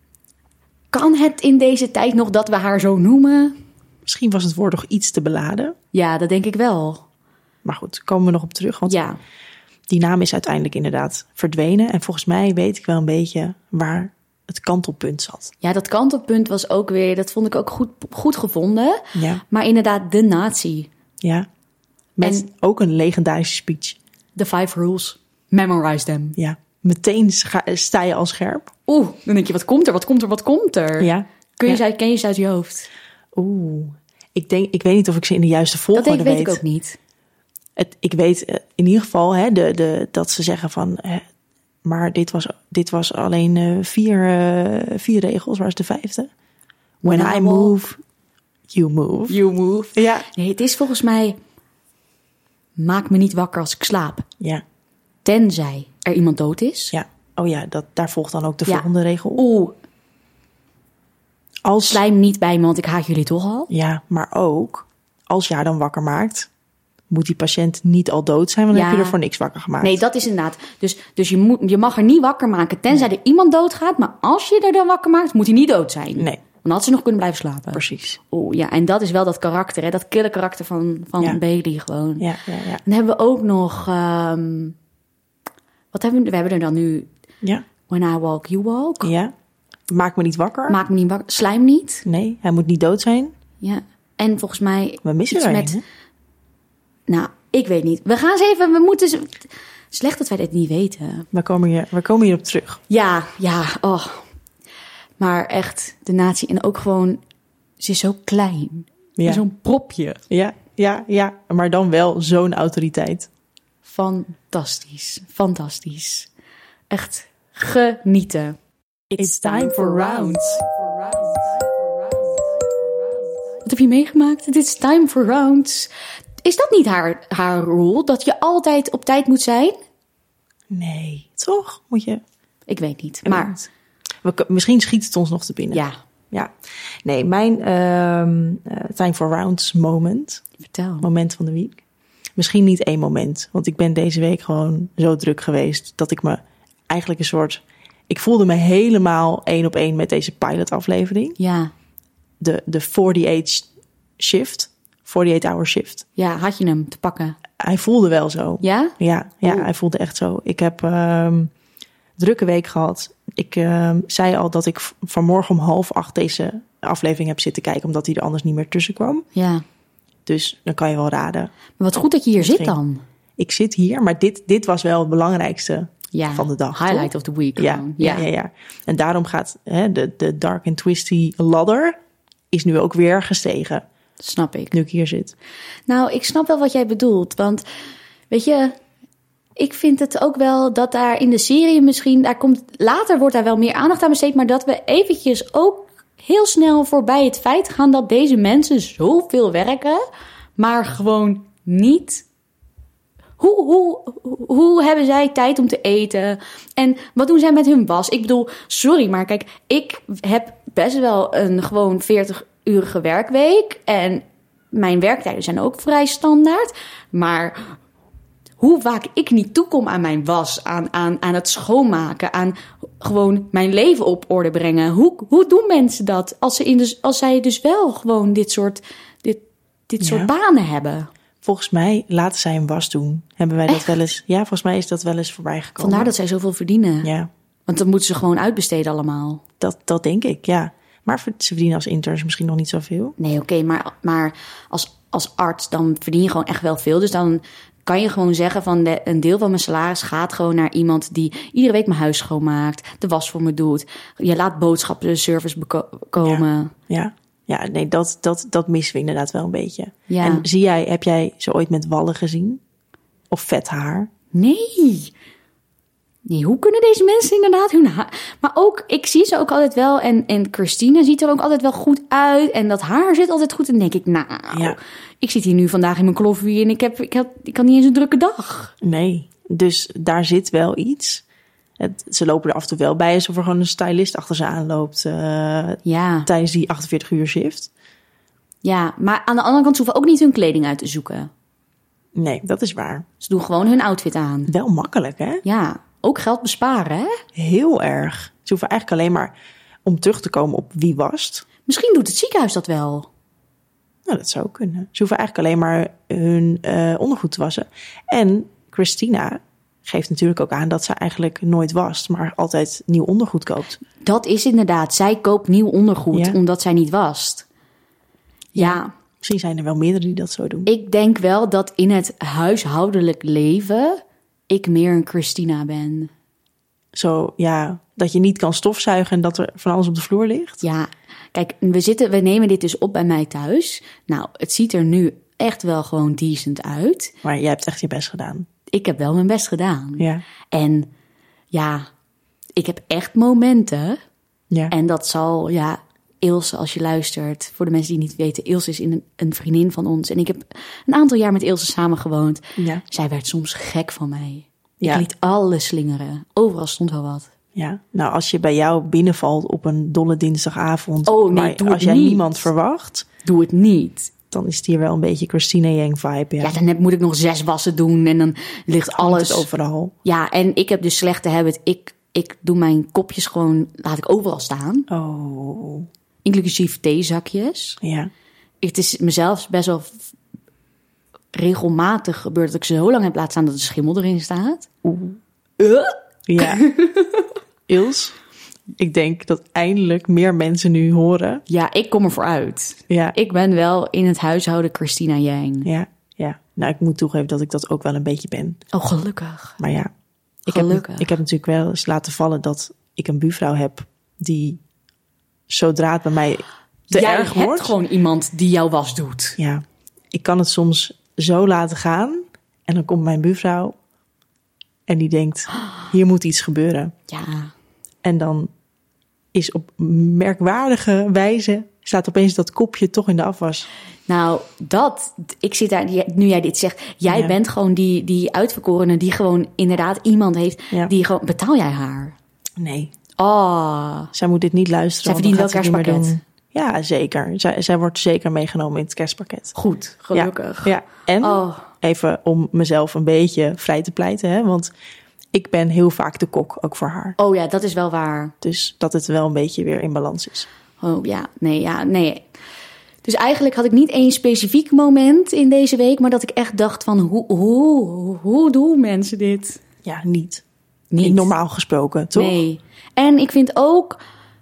Speaker 1: Kan het in deze tijd nog dat we haar zo noemen?
Speaker 2: Misschien was het woord nog iets te beladen.
Speaker 1: Ja, dat denk ik wel.
Speaker 2: Maar goed, komen we nog op terug. Want
Speaker 1: ja.
Speaker 2: die naam is uiteindelijk inderdaad verdwenen. En volgens mij weet ik wel een beetje waar het kantelpunt zat.
Speaker 1: Ja, dat kantelpunt was ook weer... Dat vond ik ook goed, goed gevonden.
Speaker 2: Ja.
Speaker 1: Maar inderdaad, de nazi.
Speaker 2: Ja. Met en ook een legendarische speech.
Speaker 1: The five rules. Memorize them.
Speaker 2: Ja. Meteen sta je al scherp.
Speaker 1: Oeh, dan denk je, wat komt er, wat komt er, wat komt er?
Speaker 2: Ja.
Speaker 1: Kun je
Speaker 2: ja.
Speaker 1: ze, ken je ze uit je hoofd?
Speaker 2: Oeh. Ik, denk, ik weet niet of ik ze in de juiste volgorde weet.
Speaker 1: Dat weet
Speaker 2: weet.
Speaker 1: ik ook niet.
Speaker 2: Het, ik weet in ieder geval hè, de, de, dat ze zeggen van... Hè, maar dit was, dit was alleen uh, vier, uh, vier regels. Waar is de vijfde? When I move, you move.
Speaker 1: You move.
Speaker 2: Ja.
Speaker 1: Nee, het is volgens mij... Maak me niet wakker als ik slaap.
Speaker 2: Ja.
Speaker 1: Tenzij er iemand dood is.
Speaker 2: Ja. Oh ja, dat, daar volgt dan ook de
Speaker 1: ja.
Speaker 2: volgende regel.
Speaker 1: Oeh.
Speaker 2: Als...
Speaker 1: Slijm niet bij me, want ik haat jullie toch al.
Speaker 2: Ja, maar ook... Als je haar dan wakker maakt... moet die patiënt niet al dood zijn... want dan
Speaker 1: ja.
Speaker 2: heb je er voor niks wakker gemaakt.
Speaker 1: Nee, dat is inderdaad... Dus, dus je, moet, je mag er niet wakker maken... tenzij nee. er iemand doodgaat. Maar als je er dan wakker maakt... moet hij niet dood zijn.
Speaker 2: Nee.
Speaker 1: Dan had ze nog kunnen blijven slapen.
Speaker 2: Precies.
Speaker 1: Oeh, ja, en dat is wel dat karakter, hè? Dat kille karakter van, van ja. Bailey gewoon.
Speaker 2: Ja, ja, ja.
Speaker 1: Dan hebben we ook nog... Um, wat hebben we... We hebben er dan nu...
Speaker 2: Ja.
Speaker 1: When I walk, you walk.
Speaker 2: Ja. Maak me niet wakker.
Speaker 1: Maak me niet wakker. Slijm niet.
Speaker 2: Nee, hij moet niet dood zijn.
Speaker 1: Ja. En volgens mij...
Speaker 2: We missen er
Speaker 1: met,
Speaker 2: een,
Speaker 1: Nou, ik weet niet. We gaan eens even... We moeten... Slecht dat wij dit niet weten.
Speaker 2: We komen hier, we komen hier op terug.
Speaker 1: Ja, ja. Oh. Maar echt, de nazi. En ook gewoon... Ze is zo klein.
Speaker 2: Ja.
Speaker 1: Zo'n propje.
Speaker 2: Ja, ja, ja. Maar dan wel zo'n autoriteit.
Speaker 1: Fantastisch. Fantastisch. Echt genieten.
Speaker 2: It's time for rounds.
Speaker 1: Wat heb je meegemaakt? It's time for rounds. Is dat niet haar, haar rule? Dat je altijd op tijd moet zijn?
Speaker 2: Nee, toch? Moet je...
Speaker 1: Ik weet niet, maar...
Speaker 2: We, misschien schiet het ons nog te binnen.
Speaker 1: Ja.
Speaker 2: Ja. Nee, mijn um, uh, time for rounds moment.
Speaker 1: Vertel.
Speaker 2: Moment van de week. Misschien niet één moment. Want ik ben deze week gewoon zo druk geweest... dat ik me eigenlijk een soort... Ik voelde me helemaal één op één met deze pilotaflevering.
Speaker 1: Ja.
Speaker 2: De, de forty-eight shift. forty-eight hour shift.
Speaker 1: Ja, had je hem te pakken?
Speaker 2: Hij voelde wel zo.
Speaker 1: Ja?
Speaker 2: Ja, ja hij voelde echt zo. Ik heb um, drukke week gehad. Ik um, zei al dat ik vanmorgen om half acht deze aflevering heb zitten kijken... omdat hij er anders niet meer tussen kwam.
Speaker 1: Ja.
Speaker 2: Dus dan kan je wel raden.
Speaker 1: Maar wat goed dat je hier Misschien. zit dan.
Speaker 2: Ik zit hier, maar dit, dit was wel het belangrijkste
Speaker 1: ja,
Speaker 2: van de dag.
Speaker 1: Highlight
Speaker 2: toch?
Speaker 1: of the week.
Speaker 2: Ja, ja, ja, ja. En daarom gaat hè, de, de dark and twisty ladder... is nu ook weer gestegen.
Speaker 1: Snap ik.
Speaker 2: Nu ik hier zit.
Speaker 1: Nou, ik snap wel wat jij bedoelt. Want, weet je... Ik vind het ook wel dat daar in de serie misschien... Daar komt, later wordt daar wel meer aandacht aan besteed... maar dat we eventjes ook heel snel voorbij het feit gaan... dat deze mensen zoveel werken... maar gewoon niet... Hoe, hoe, hoe hebben zij tijd om te eten? En wat doen zij met hun was? Ik bedoel, sorry, maar kijk... ik heb best wel een gewoon veertig-urige werkweek... en mijn werktijden zijn ook vrij standaard... maar... hoe vaak ik niet toekom aan mijn was, aan, aan, aan het schoonmaken, aan gewoon mijn leven op orde brengen. Hoe, hoe doen mensen dat als, ze in de, als zij dus wel gewoon dit soort, dit, dit soort ja. banen hebben?
Speaker 2: Volgens mij laten zij een was doen. Hebben wij
Speaker 1: Echt?
Speaker 2: dat wel eens? Ja, volgens mij is dat wel eens voorbij gekomen.
Speaker 1: Vandaar dat zij zoveel verdienen.
Speaker 2: Ja.
Speaker 1: Want dan moeten ze gewoon uitbesteden allemaal.
Speaker 2: Dat, dat denk ik, ja. Maar ze verdienen als interns misschien nog niet zoveel.
Speaker 1: Nee, oké, okay, maar, maar als, als arts dan verdien je gewoon echt wel veel. Dus dan kan je gewoon zeggen van de, een deel van mijn salaris gaat gewoon naar iemand die iedere week mijn huis schoonmaakt, de was voor me doet. Je laat boodschappen service beko- komen.
Speaker 2: Ja, ja. ja nee, dat, dat, dat missen we inderdaad wel een beetje.
Speaker 1: Ja.
Speaker 2: En zie jij, heb jij ze ooit met wallen gezien? Of vet haar?
Speaker 1: Nee. Nee, hoe kunnen deze mensen inderdaad hun haar... Maar ook, ik zie ze ook altijd wel. En, en Christina ziet er ook altijd wel goed uit. En dat haar zit altijd goed. En dan denk ik, nou... Ja. Ik zit hier nu vandaag in mijn kloffie en ik heb, ik heb, ik had niet eens een drukke dag.
Speaker 2: Nee, dus daar zit wel iets. Het, ze lopen er af en toe wel bij alsof er gewoon een stylist achter ze aanloopt. Uh,
Speaker 1: ja.
Speaker 2: Tijdens die achtenveertig uur shift.
Speaker 1: Ja, maar aan de andere kant ze hoeven ook niet hun kleding uit te zoeken.
Speaker 2: Nee, dat is waar.
Speaker 1: Ze doen gewoon hun outfit aan.
Speaker 2: Wel makkelijk, hè?
Speaker 1: Ja, ook geld besparen, hè?
Speaker 2: Heel erg. Ze hoeven eigenlijk alleen maar om terug te komen op wie wast.
Speaker 1: Misschien doet het ziekenhuis dat wel.
Speaker 2: Nou, dat zou kunnen. Ze hoeven eigenlijk alleen maar hun uh, ondergoed te wassen. En Christina geeft natuurlijk ook aan dat ze eigenlijk nooit wast, maar altijd nieuw ondergoed koopt.
Speaker 1: Dat is inderdaad. Zij koopt nieuw ondergoed
Speaker 2: Ja.
Speaker 1: omdat zij niet wast. Ja. ja.
Speaker 2: Misschien zijn er wel meerdere die dat zo doen.
Speaker 1: Ik denk wel dat in het huishoudelijk leven ik meer een Christina ben.
Speaker 2: Zo, ja, dat je niet kan stofzuigen en dat er van alles op de vloer ligt.
Speaker 1: Ja, kijk, we, zitten, we nemen dit dus op bij mij thuis. Nou, het ziet er nu echt wel gewoon decent uit.
Speaker 2: Maar jij hebt echt je best gedaan.
Speaker 1: Ik heb wel mijn best gedaan.
Speaker 2: Ja.
Speaker 1: En ja, ik heb echt momenten.
Speaker 2: Ja.
Speaker 1: En dat zal, ja, Ilse, als je luistert, voor de mensen die niet weten, Ilse is een, een vriendin van ons. En ik heb een aantal jaar met Ilse samengewoond.
Speaker 2: Ja.
Speaker 1: Zij werd soms gek van mij.
Speaker 2: Ja.
Speaker 1: Ik liet alles slingeren. Overal stond wel wat.
Speaker 2: Ja, nou als je bij jou binnenvalt op een dolle dinsdagavond,
Speaker 1: Oh, nee,
Speaker 2: maar
Speaker 1: doe het
Speaker 2: als jij
Speaker 1: niet.
Speaker 2: niemand verwacht,
Speaker 1: Doe het niet.
Speaker 2: dan is het hier wel een beetje Christina Yang vibe. Ja,
Speaker 1: Ja, dan heb, moet ik nog zes wassen doen en dan ligt
Speaker 2: alles
Speaker 1: alles.
Speaker 2: overal.
Speaker 1: Ja, en ik heb dus slechte habit. Ik, ik doe mijn kopjes gewoon, laat ik overal staan.
Speaker 2: Oh,
Speaker 1: Inclusief theezakjes.
Speaker 2: ja.
Speaker 1: Het is mezelf best wel f- regelmatig gebeurd dat ik ze zo lang heb laten staan dat er schimmel erin staat.
Speaker 2: Oeh.
Speaker 1: Uh?
Speaker 2: Ja. Ils, ik denk dat eindelijk meer mensen nu horen.
Speaker 1: Ja, ik kom ervoor uit.
Speaker 2: Ja,
Speaker 1: Ik ben wel in het huishouden Christina Yang.
Speaker 2: ja, ja. Nou, ik moet toegeven dat ik dat ook wel een beetje ben.
Speaker 1: Oh, gelukkig.
Speaker 2: Maar ja, ik heb,
Speaker 1: Gelukkig.
Speaker 2: ik heb natuurlijk wel eens laten vallen dat ik een buurvrouw heb die zodra het bij mij te
Speaker 1: Jij
Speaker 2: erg
Speaker 1: hebt
Speaker 2: wordt.
Speaker 1: gewoon iemand die jouw was doet.
Speaker 2: Ja, ik kan het soms zo laten gaan. En dan komt mijn buurvrouw en die denkt, hier moet iets gebeuren.
Speaker 1: Ja.
Speaker 2: En dan is op merkwaardige wijze, staat opeens dat kopje toch in de afwas.
Speaker 1: Nou, dat, ik zit daar, nu jij dit zegt, jij
Speaker 2: Ja.
Speaker 1: bent gewoon die, die uitverkorene die gewoon inderdaad iemand heeft,
Speaker 2: Ja.
Speaker 1: die gewoon, betaal jij haar?
Speaker 2: Nee,
Speaker 1: Oh,
Speaker 2: zij moet dit niet luisteren.
Speaker 1: zij
Speaker 2: want
Speaker 1: verdient
Speaker 2: dan
Speaker 1: wel
Speaker 2: gaat ze het niet meer
Speaker 1: kerstpakket.
Speaker 2: doen. Ja, zeker. Zij, zij wordt zeker meegenomen in het kerstpakket.
Speaker 1: Goed, gelukkig.
Speaker 2: Ja, ja. En
Speaker 1: Oh,
Speaker 2: even om mezelf een beetje vrij te pleiten, hè, want ik ben heel vaak de kok, ook voor haar.
Speaker 1: oh ja, dat is wel waar.
Speaker 2: Dus dat het wel een beetje weer in balans is.
Speaker 1: Oh ja, nee, ja, nee. Dus eigenlijk had ik niet één specifiek moment in deze week, maar dat ik echt dacht van, hoe, hoe, hoe doen mensen dit?
Speaker 2: Ja, niet.
Speaker 1: Niet.
Speaker 2: Niet normaal gesproken, toch?
Speaker 1: Nee. En ik vind ook,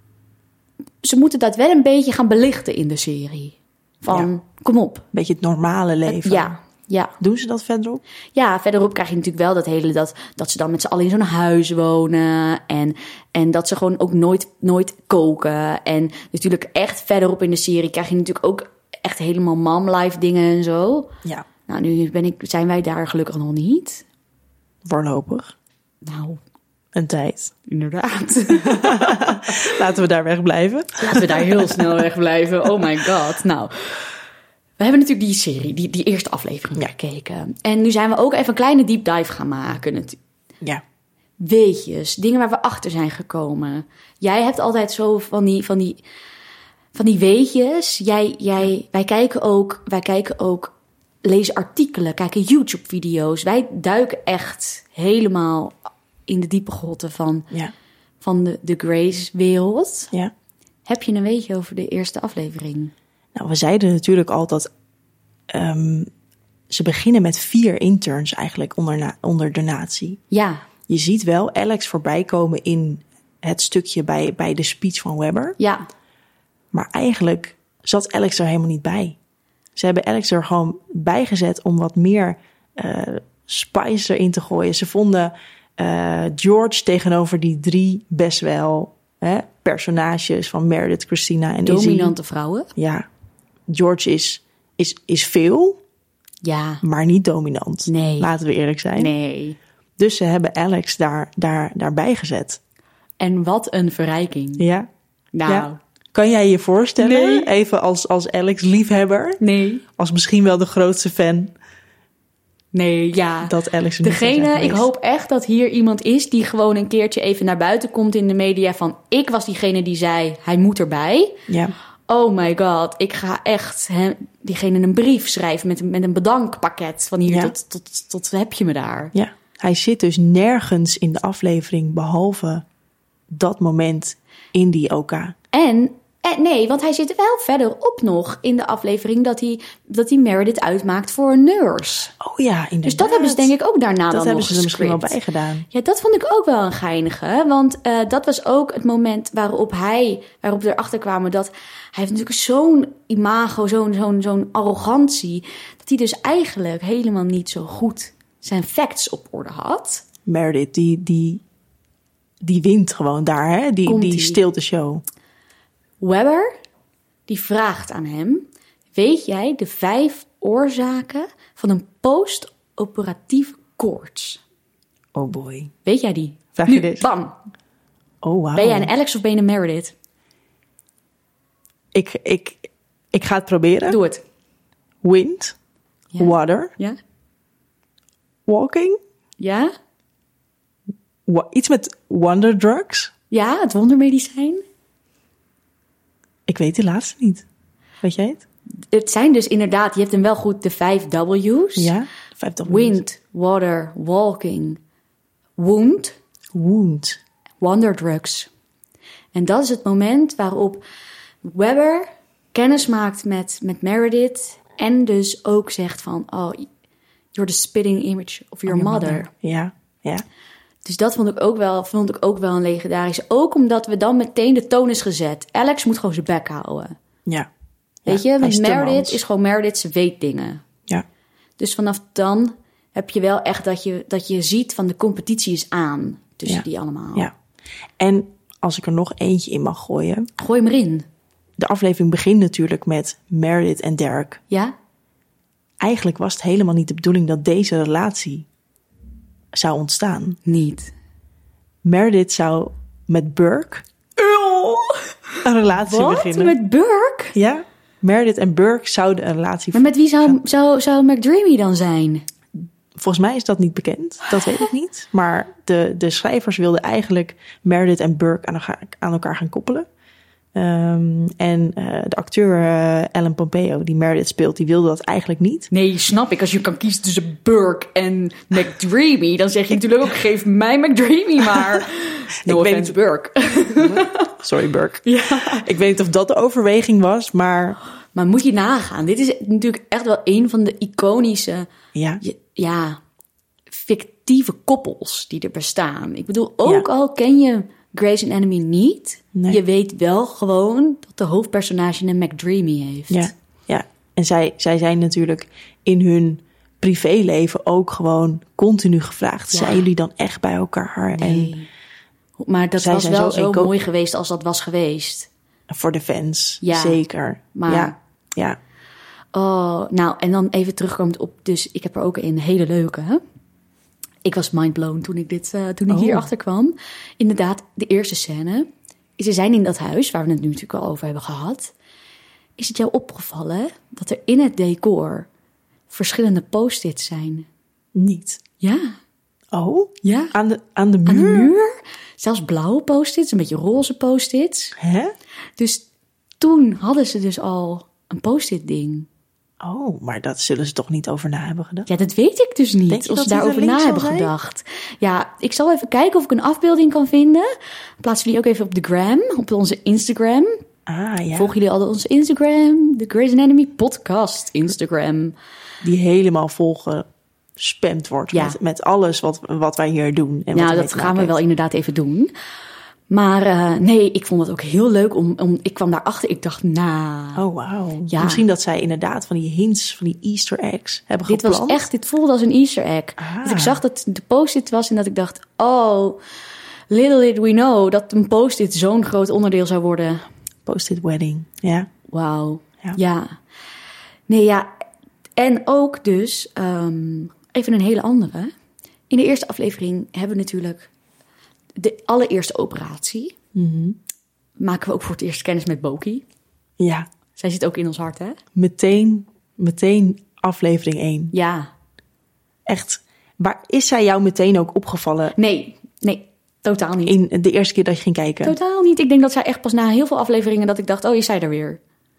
Speaker 1: ze moeten dat wel een beetje gaan belichten in de serie. Van,
Speaker 2: Ja.
Speaker 1: kom op.
Speaker 2: Beetje het normale leven.
Speaker 1: Ja, ja.
Speaker 2: Doen ze dat verderop?
Speaker 1: Ja, verderop krijg je natuurlijk wel dat hele, dat, dat ze dan met z'n allen in zo'n huis wonen. En, en dat ze gewoon ook nooit, nooit koken. En natuurlijk echt verderop in de serie krijg je natuurlijk ook echt helemaal mom-life dingen en zo.
Speaker 2: Ja.
Speaker 1: Nou, nu ben ik, zijn wij daar gelukkig nog niet.
Speaker 2: Voorlopig.
Speaker 1: Nou,
Speaker 2: Een tijd.
Speaker 1: inderdaad.
Speaker 2: Laten we daar wegblijven.
Speaker 1: Laten we daar heel snel weg blijven. Oh my god. Nou, we hebben natuurlijk die serie, die, die eerste aflevering
Speaker 2: Ja.
Speaker 1: gekeken. En nu zijn we ook even een kleine deep dive gaan maken. natu-
Speaker 2: Ja.
Speaker 1: Weetjes, dingen waar we achter zijn gekomen. Jij hebt altijd zo van die, van die, van die weetjes. Jij, jij, wij kijken ook, wij kijken ook, lezen artikelen, kijken YouTube-video's. Wij duiken echt helemaal in de diepe grotten van,
Speaker 2: Ja.
Speaker 1: van de, de Grace-wereld.
Speaker 2: Ja.
Speaker 1: Heb je een weetje over de eerste aflevering?
Speaker 2: Nou, we zeiden natuurlijk al dat ehm, ze beginnen met vier interns eigenlijk onder, na- onder de natie.
Speaker 1: Ja,
Speaker 2: Je ziet wel Alex voorbij komen in het stukje bij, bij de speech van Webber.
Speaker 1: ja,
Speaker 2: Maar eigenlijk zat Alex er helemaal niet bij. Ze hebben Alex er gewoon bijgezet om wat meer eh, spice erin te gooien. Ze vonden eh, George tegenover die drie best wel hè, personages van Meredith, Christina en Izzy.
Speaker 1: dominante vrouwen.
Speaker 2: Ja, George is, is, is veel,
Speaker 1: Ja,
Speaker 2: maar niet dominant.
Speaker 1: Nee.
Speaker 2: Laten we eerlijk zijn.
Speaker 1: nee.
Speaker 2: Dus ze hebben Alex daar, daar, daarbij gezet.
Speaker 1: En wat een verrijking.
Speaker 2: Ja.
Speaker 1: Nou,
Speaker 2: Ja. Kan jij je voorstellen,
Speaker 1: Nee.
Speaker 2: even als, als Alex-liefhebber,
Speaker 1: nee,
Speaker 2: als misschien wel de grootste fan,
Speaker 1: nee, ja.
Speaker 2: dat Alex er niet zou zijn
Speaker 1: Degene, ik
Speaker 2: geweest?
Speaker 1: hoop echt dat hier iemand is die gewoon een keertje even naar buiten komt in de media van, ik was diegene die zei, hij moet erbij.
Speaker 2: Ja,
Speaker 1: oh my god, ik ga echt hem, diegene een brief schrijven met, met een bedankpakket van hier ja. tot, tot, tot heb je me daar.
Speaker 2: Ja, hij zit dus nergens in de aflevering behalve dat moment in die O K.
Speaker 1: En, en nee, want hij zit wel verderop nog in de aflevering dat hij, dat hij Meredith uitmaakt voor een nurse.
Speaker 2: Oh ja, inderdaad.
Speaker 1: Dus dat hebben ze denk ik ook daarna
Speaker 2: dat
Speaker 1: dan
Speaker 2: hebben
Speaker 1: nog
Speaker 2: ze er misschien wel bij gedaan.
Speaker 1: Ja, dat vond ik ook wel een geinige. Want uh, dat was ook het moment waarop hij, waarop we erachter kwamen dat hij heeft natuurlijk zo'n imago, zo'n, zo'n, zo'n arrogantie, dat hij dus eigenlijk helemaal niet zo goed zijn facts op orde had.
Speaker 2: Meredith, die, die, die wint gewoon daar, hè? Die, die steelt de show.
Speaker 1: Webber, die vraagt aan hem, weet jij de vijf oorzaken van een post-operatieve koorts?
Speaker 2: Oh boy.
Speaker 1: Weet jij die?
Speaker 2: Vraag
Speaker 1: nu,
Speaker 2: je dit?
Speaker 1: Bam.
Speaker 2: Oh wow.
Speaker 1: Ben jij een Alex of ben je een Meredith?
Speaker 2: Ik, ik, ik ga het proberen.
Speaker 1: Doe het.
Speaker 2: Wind. Ja. Water.
Speaker 1: Ja.
Speaker 2: Walking.
Speaker 1: Ja.
Speaker 2: Wa- iets met wonder drugs.
Speaker 1: Ja, het wondermedicijn.
Speaker 2: Ik weet die laatste niet. Weet jij het?
Speaker 1: Het zijn dus inderdaad, je hebt hem wel goed, de vijf W's.
Speaker 2: Ja, vijf W's.
Speaker 1: Wind, water, walking, wound.
Speaker 2: Wound.
Speaker 1: Wonder drugs. En dat is het moment waarop Webber kennis maakt met, met Meredith. En dus ook zegt van, oh, you're the spitting image of your, your mother.
Speaker 2: mother. Ja, ja.
Speaker 1: Dus dat vond ik ook wel, vond ik ook wel een legendarische. Ook omdat we dan meteen de toon is gezet. Alex moet gewoon zijn bek houden.
Speaker 2: Ja.
Speaker 1: Weet
Speaker 2: ja,
Speaker 1: je, met Meredith
Speaker 2: mans.
Speaker 1: is gewoon Meredith, ze weet dingen.
Speaker 2: Ja.
Speaker 1: Dus vanaf dan heb je wel echt dat je, dat je ziet van de competitie is aan tussen
Speaker 2: ja.
Speaker 1: die allemaal.
Speaker 2: Ja. En als ik er nog eentje in mag gooien.
Speaker 1: Gooi hem erin.
Speaker 2: De aflevering begint natuurlijk met Meredith en Derek.
Speaker 1: Ja.
Speaker 2: Eigenlijk was het helemaal niet de bedoeling dat deze relatie zou ontstaan.
Speaker 1: Niet.
Speaker 2: Meredith zou met Burke een relatie
Speaker 1: Wat?
Speaker 2: beginnen.
Speaker 1: Met Burke?
Speaker 2: Ja. Meredith en Burke zouden een relatie...
Speaker 1: Maar met wie zou, zou, zou McDreamy dan zijn?
Speaker 2: Volgens mij is dat niet bekend. Dat weet ik niet. Maar de, de schrijvers wilden eigenlijk Meredith en Burke aan elkaar, aan elkaar gaan koppelen. Um, en uh, de acteur uh, Ellen Pompeo, die Meredith speelt, die wilde dat eigenlijk niet.
Speaker 1: Nee, snap ik. Als je kan kiezen tussen Burke en McDreamy, dan zeg je natuurlijk ook, geef mij McDreamy maar. No
Speaker 2: ik
Speaker 1: offense,
Speaker 2: weet
Speaker 1: Burke.
Speaker 2: Sorry, Burke.
Speaker 1: Ja.
Speaker 2: Ik weet niet of dat de overweging was, maar...
Speaker 1: Maar moet je nagaan. Dit is natuurlijk echt wel een van de iconische...
Speaker 2: Ja.
Speaker 1: Ja, fictieve koppels die er bestaan. Ik bedoel, ook ja. al ken je Grey's Anatomy niet... Nee. Je weet wel gewoon dat de hoofdpersonage een McDreamy heeft.
Speaker 2: Ja, ja. En zij, zij zijn natuurlijk in hun privéleven ook gewoon continu gevraagd. Ja. Zijn jullie dan echt bij elkaar?
Speaker 1: Nee. En maar dat was wel zo, zo mooi geweest als dat was geweest.
Speaker 2: Voor de fans,
Speaker 1: ja.
Speaker 2: zeker.
Speaker 1: Maar,
Speaker 2: ja, ja.
Speaker 1: Oh, nou, en dan even terugkomend op... Dus ik heb er ook een hele leuke... Hè? Ik was mindblown toen ik, dit, uh, toen ik
Speaker 2: oh.
Speaker 1: hierachter kwam. Inderdaad, de eerste scène... Ze zijn in dat huis, waar we het nu natuurlijk al over hebben gehad. Is het jou opgevallen dat er in het decor verschillende post-its zijn?
Speaker 2: Niet.
Speaker 1: Ja.
Speaker 2: Oh?
Speaker 1: Ja.
Speaker 2: Aan de, aan de muur?
Speaker 1: Aan de muur. Zelfs blauwe post-its, een beetje roze post-its.
Speaker 2: Hè?
Speaker 1: Dus toen hadden ze dus al een post-it ding.
Speaker 2: Oh, maar dat zullen ze toch niet over na hebben gedacht?
Speaker 1: Ja, dat weet ik dus niet.
Speaker 2: Denk je
Speaker 1: of
Speaker 2: dat
Speaker 1: ze daarover na hebben zijn? gedacht. Ja, ik zal even kijken of ik een afbeelding kan vinden. Plaatsen we die ook even op de gram, op onze Instagram.
Speaker 2: Ah, ja.
Speaker 1: Volgen jullie al onze Instagram? De Grey's Anatomy podcast Instagram.
Speaker 2: Die helemaal volgespamd wordt ja. met, met alles wat, wat wij hier doen. En
Speaker 1: nou,
Speaker 2: wat
Speaker 1: dat gaan we wel inderdaad even doen. Maar uh, nee, ik vond het ook heel leuk. Om, om, ik kwam daarachter, ik dacht, nou...
Speaker 2: Oh, wauw.
Speaker 1: Ja.
Speaker 2: Misschien dat zij inderdaad van die hints, van die Easter eggs hebben
Speaker 1: dit
Speaker 2: gepland.
Speaker 1: Dit was echt, dit voelde als een Easter egg.
Speaker 2: Ah.
Speaker 1: Dus ik zag dat het de post-it was en dat ik dacht, oh, little did we know dat een post-it zo'n groot onderdeel zou worden.
Speaker 2: Post-it wedding, ja.
Speaker 1: Wauw,
Speaker 2: ja.
Speaker 1: ja. Nee, ja. En ook dus, um, even een hele andere. In de eerste aflevering hebben we natuurlijk... De allereerste operatie
Speaker 2: mm-hmm.
Speaker 1: maken we ook voor het eerst kennis met Boki.
Speaker 2: Ja.
Speaker 1: Zij zit ook in ons hart, hè?
Speaker 2: Meteen, meteen aflevering één.
Speaker 1: Ja.
Speaker 2: Echt. Waar is zij jou meteen ook opgevallen?
Speaker 1: Nee, nee, totaal niet.
Speaker 2: In de eerste keer dat je ging kijken?
Speaker 1: Totaal niet. Ik denk dat zij echt pas na heel veel afleveringen dat ik dacht, oh, is zij er weer?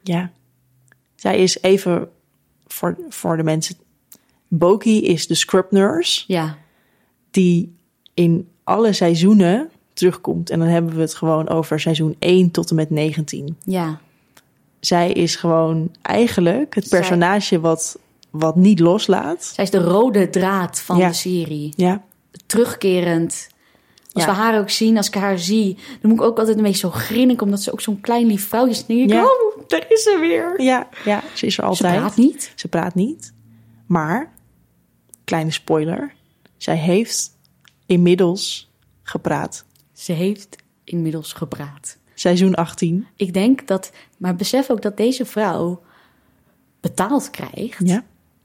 Speaker 2: Ja. Zij is even, voor, voor de mensen... Boki is de scrub nurse.
Speaker 1: Ja.
Speaker 2: Die in alle seizoenen terugkomt. En dan hebben we het gewoon over seizoen één tot en met negentien.
Speaker 1: Ja.
Speaker 2: Zij is gewoon eigenlijk het personage Zij... wat, wat niet loslaat.
Speaker 1: Zij is de rode draad van ja. de serie.
Speaker 2: Ja.
Speaker 1: Terugkerend. Als ja. we haar ook zien, als ik haar zie... dan moet ik ook altijd een beetje zo grinniken... omdat ze ook zo'n klein lief vrouwtje is. Dan denk ik, ja. oh, daar is ze weer.
Speaker 2: Ja, ja, ze is er altijd.
Speaker 1: Ze praat niet.
Speaker 2: Ze praat niet. Maar, kleine spoiler... zij heeft inmiddels gepraat.
Speaker 1: Ze heeft inmiddels gepraat.
Speaker 2: Seizoen achttien.
Speaker 1: Ik denk dat... Maar besef ook dat deze vrouw betaald krijgt...
Speaker 2: Ja.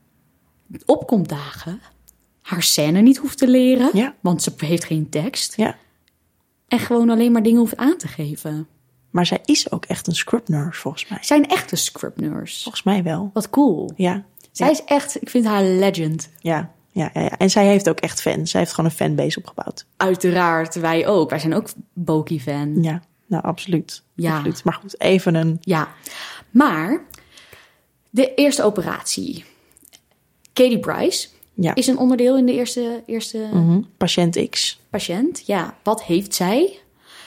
Speaker 1: Opkomt dagen... haar scène niet hoeft te leren...
Speaker 2: Ja.
Speaker 1: want ze heeft geen tekst...
Speaker 2: Ja.
Speaker 1: en gewoon alleen maar dingen hoeft aan te geven.
Speaker 2: Maar zij is ook echt een scrub nurse, volgens mij.
Speaker 1: Zij is een echte scrub nurse.
Speaker 2: Volgens mij wel.
Speaker 1: Wat cool.
Speaker 2: Ja.
Speaker 1: Zij
Speaker 2: ja.
Speaker 1: is echt... Ik vind haar legend.
Speaker 2: Ja. Ja, ja, ja. En zij heeft ook echt fans. Zij heeft gewoon een fanbase opgebouwd.
Speaker 1: Uiteraard, wij ook. Wij zijn ook Boki-fan.
Speaker 2: Ja, nou absoluut.
Speaker 1: Ja.
Speaker 2: absoluut. Maar goed, even een...
Speaker 1: Ja, maar de eerste operatie. Katie Price
Speaker 2: ja.
Speaker 1: is een onderdeel in de eerste... eerste
Speaker 2: mm-hmm. Patiënt X.
Speaker 1: Patiënt, ja. Wat heeft zij?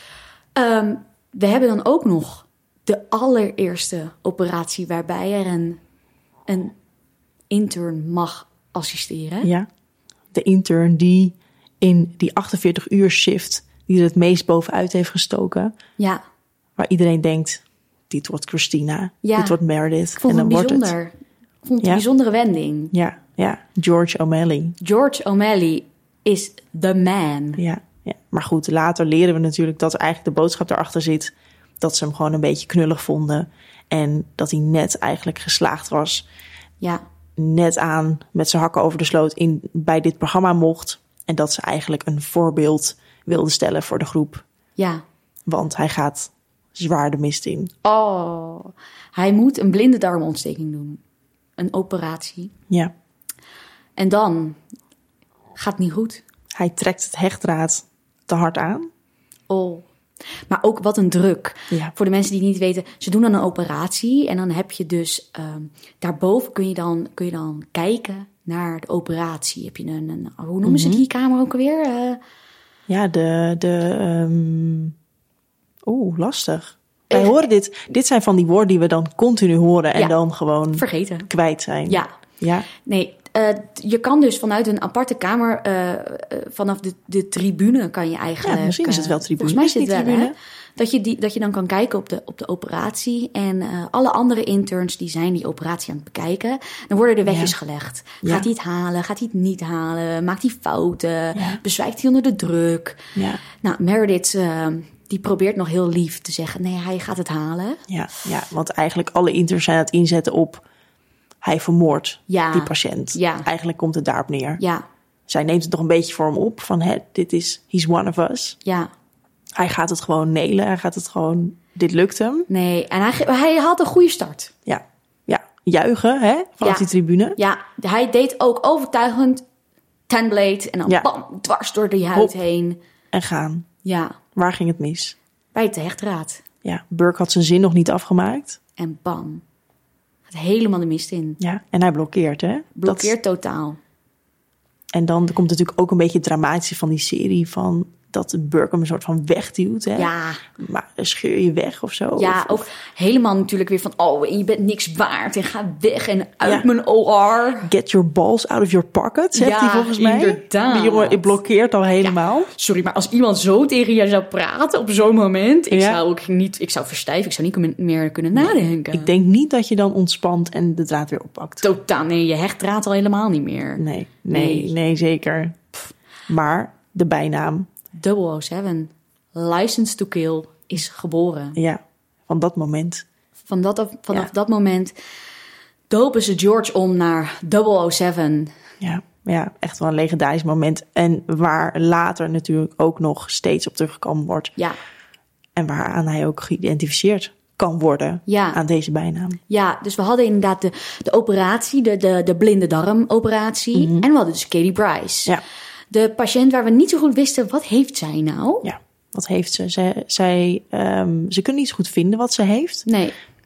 Speaker 1: Um, we hebben dan ook nog de allereerste operatie... waarbij er een, een intern mag assisteren.
Speaker 2: Ja, de intern die in die achtenveertig uur shift... die er het meest bovenuit heeft gestoken.
Speaker 1: Ja.
Speaker 2: Waar iedereen denkt, dit wordt Christina,
Speaker 1: ja.
Speaker 2: dit wordt Meredith.
Speaker 1: Ik vond
Speaker 2: en dan
Speaker 1: het bijzonder.
Speaker 2: Wordt het...
Speaker 1: Ik vond het
Speaker 2: ja.
Speaker 1: een bijzondere wending.
Speaker 2: Ja, ja, George O'Malley.
Speaker 1: George O'Malley is the man.
Speaker 2: Ja, ja, maar goed, later leren we natuurlijk dat er eigenlijk de boodschap erachter zit... dat ze hem gewoon een beetje knullig vonden... en dat hij net eigenlijk geslaagd was...
Speaker 1: Ja.
Speaker 2: net aan met zijn hakken over de sloot in, bij dit programma mocht. En dat ze eigenlijk een voorbeeld wilde stellen voor de groep.
Speaker 1: Ja.
Speaker 2: Want hij gaat zwaar de mist in.
Speaker 1: Oh, hij moet een blinde darmontsteking doen. Een operatie.
Speaker 2: Ja.
Speaker 1: En dan gaat het niet goed.
Speaker 2: Hij trekt het hechtdraad te hard aan.
Speaker 1: Oh. Maar ook wat een druk.
Speaker 2: Ja.
Speaker 1: Voor de mensen die niet weten, ze doen dan een operatie. En dan heb je dus, um, daarboven kun je, dan, kun je dan kijken naar de operatie. Heb je een, een hoe noemen mm-hmm. ze die kamer ook alweer? Uh,
Speaker 2: ja, de, de, um... oeh, lastig. Wij uh, horen dit, dit zijn van die woorden die we dan continu horen en ja, dan gewoon
Speaker 1: vergeten.
Speaker 2: Kwijt zijn.
Speaker 1: Ja.
Speaker 2: Ja.
Speaker 1: Nee, uh, je kan dus vanuit een aparte kamer, uh, uh, vanaf de, de tribune kan je eigenlijk...
Speaker 2: Ja, misschien is het wel tribune.
Speaker 1: Volgens mij is het wel, hè? Dat je, die, dat je dan kan kijken op de, op de operatie. En uh, alle andere interns die zijn die operatie aan het bekijken. Dan worden er wegjes ja. gelegd. Gaat ja. hij het halen? Gaat hij het niet halen? Maakt hij fouten? Ja. Bezwijkt hij onder de druk?
Speaker 2: Ja.
Speaker 1: Nou, Meredith... Uh, die probeert nog heel lief te zeggen... nee, hij gaat het halen.
Speaker 2: Ja, ja, want eigenlijk alle interns zijn aan het inzetten op... hij vermoordt
Speaker 1: ja.
Speaker 2: die patiënt.
Speaker 1: Ja.
Speaker 2: Eigenlijk komt het daarop neer.
Speaker 1: Ja.
Speaker 2: Zij neemt het nog een beetje voor hem op. Van, hè, dit is, he's one of us.
Speaker 1: Ja.
Speaker 2: Hij gaat het gewoon nelen. Hij gaat het gewoon, dit lukt hem.
Speaker 1: Nee, en hij, hij had een goede start.
Speaker 2: Ja, ja. Juichen, hè, vanaf
Speaker 1: ja.
Speaker 2: die tribune.
Speaker 1: Ja, hij deed ook overtuigend ten blade... en dan ja. bam, dwars door die huid Hop. heen.
Speaker 2: En gaan.
Speaker 1: Ja.
Speaker 2: Waar ging het mis?
Speaker 1: Bij het hechtdraad.
Speaker 2: Ja, Burke had zijn zin nog niet afgemaakt.
Speaker 1: En bam. Gaat helemaal de mist in.
Speaker 2: Ja, en hij blokkeert, hè?
Speaker 1: Blokkeert dat... totaal.
Speaker 2: En dan komt natuurlijk ook een beetje het dramatische van die serie... van dat Burke hem een soort van wegduwt, hè?
Speaker 1: Ja.
Speaker 2: Maar scheur je weg of zo?
Speaker 1: Ja,
Speaker 2: of,
Speaker 1: ook helemaal natuurlijk weer van... oh, en je bent niks waard en ga weg en uit ja. mijn O R.
Speaker 2: Get your balls out of your pockets, zegt
Speaker 1: ja,
Speaker 2: hij volgens mij.
Speaker 1: Inderdaad.
Speaker 2: Die jongen blokkeert al helemaal.
Speaker 1: Ja. Sorry, maar als iemand zo tegen jou zou praten op zo'n moment... ik
Speaker 2: ja.
Speaker 1: zou ook niet... ik zou verstijven, ik zou niet meer kunnen nadenken.
Speaker 2: Ik denk niet dat je dan ontspant en de draad weer oppakt.
Speaker 1: Totaal, nee, je hechtdraad al helemaal niet meer.
Speaker 2: Nee, nee, nee, nee zeker. Pff. Maar de bijnaam...
Speaker 1: double oh seven, License to Kill, is geboren.
Speaker 2: Ja, van dat moment.
Speaker 1: Van dat, vanaf ja. dat moment dopen ze George om naar double oh seven.
Speaker 2: Ja, ja, echt wel een legendarisch moment. En waar later natuurlijk ook nog steeds op teruggekomen wordt.
Speaker 1: Ja.
Speaker 2: En waaraan hij ook geïdentificeerd kan worden
Speaker 1: ja.
Speaker 2: aan deze bijnaam.
Speaker 1: Ja, dus we hadden inderdaad de, de operatie, de, de, de blinde darmoperatie.
Speaker 2: Mm-hmm.
Speaker 1: En we hadden dus Katie Price.
Speaker 2: Ja.
Speaker 1: De patiënt waar we niet zo goed wisten, wat heeft zij nou?
Speaker 2: Ja, wat heeft ze? Zij, zij, um, ze kunnen niet zo goed vinden wat ze heeft.
Speaker 1: Nee.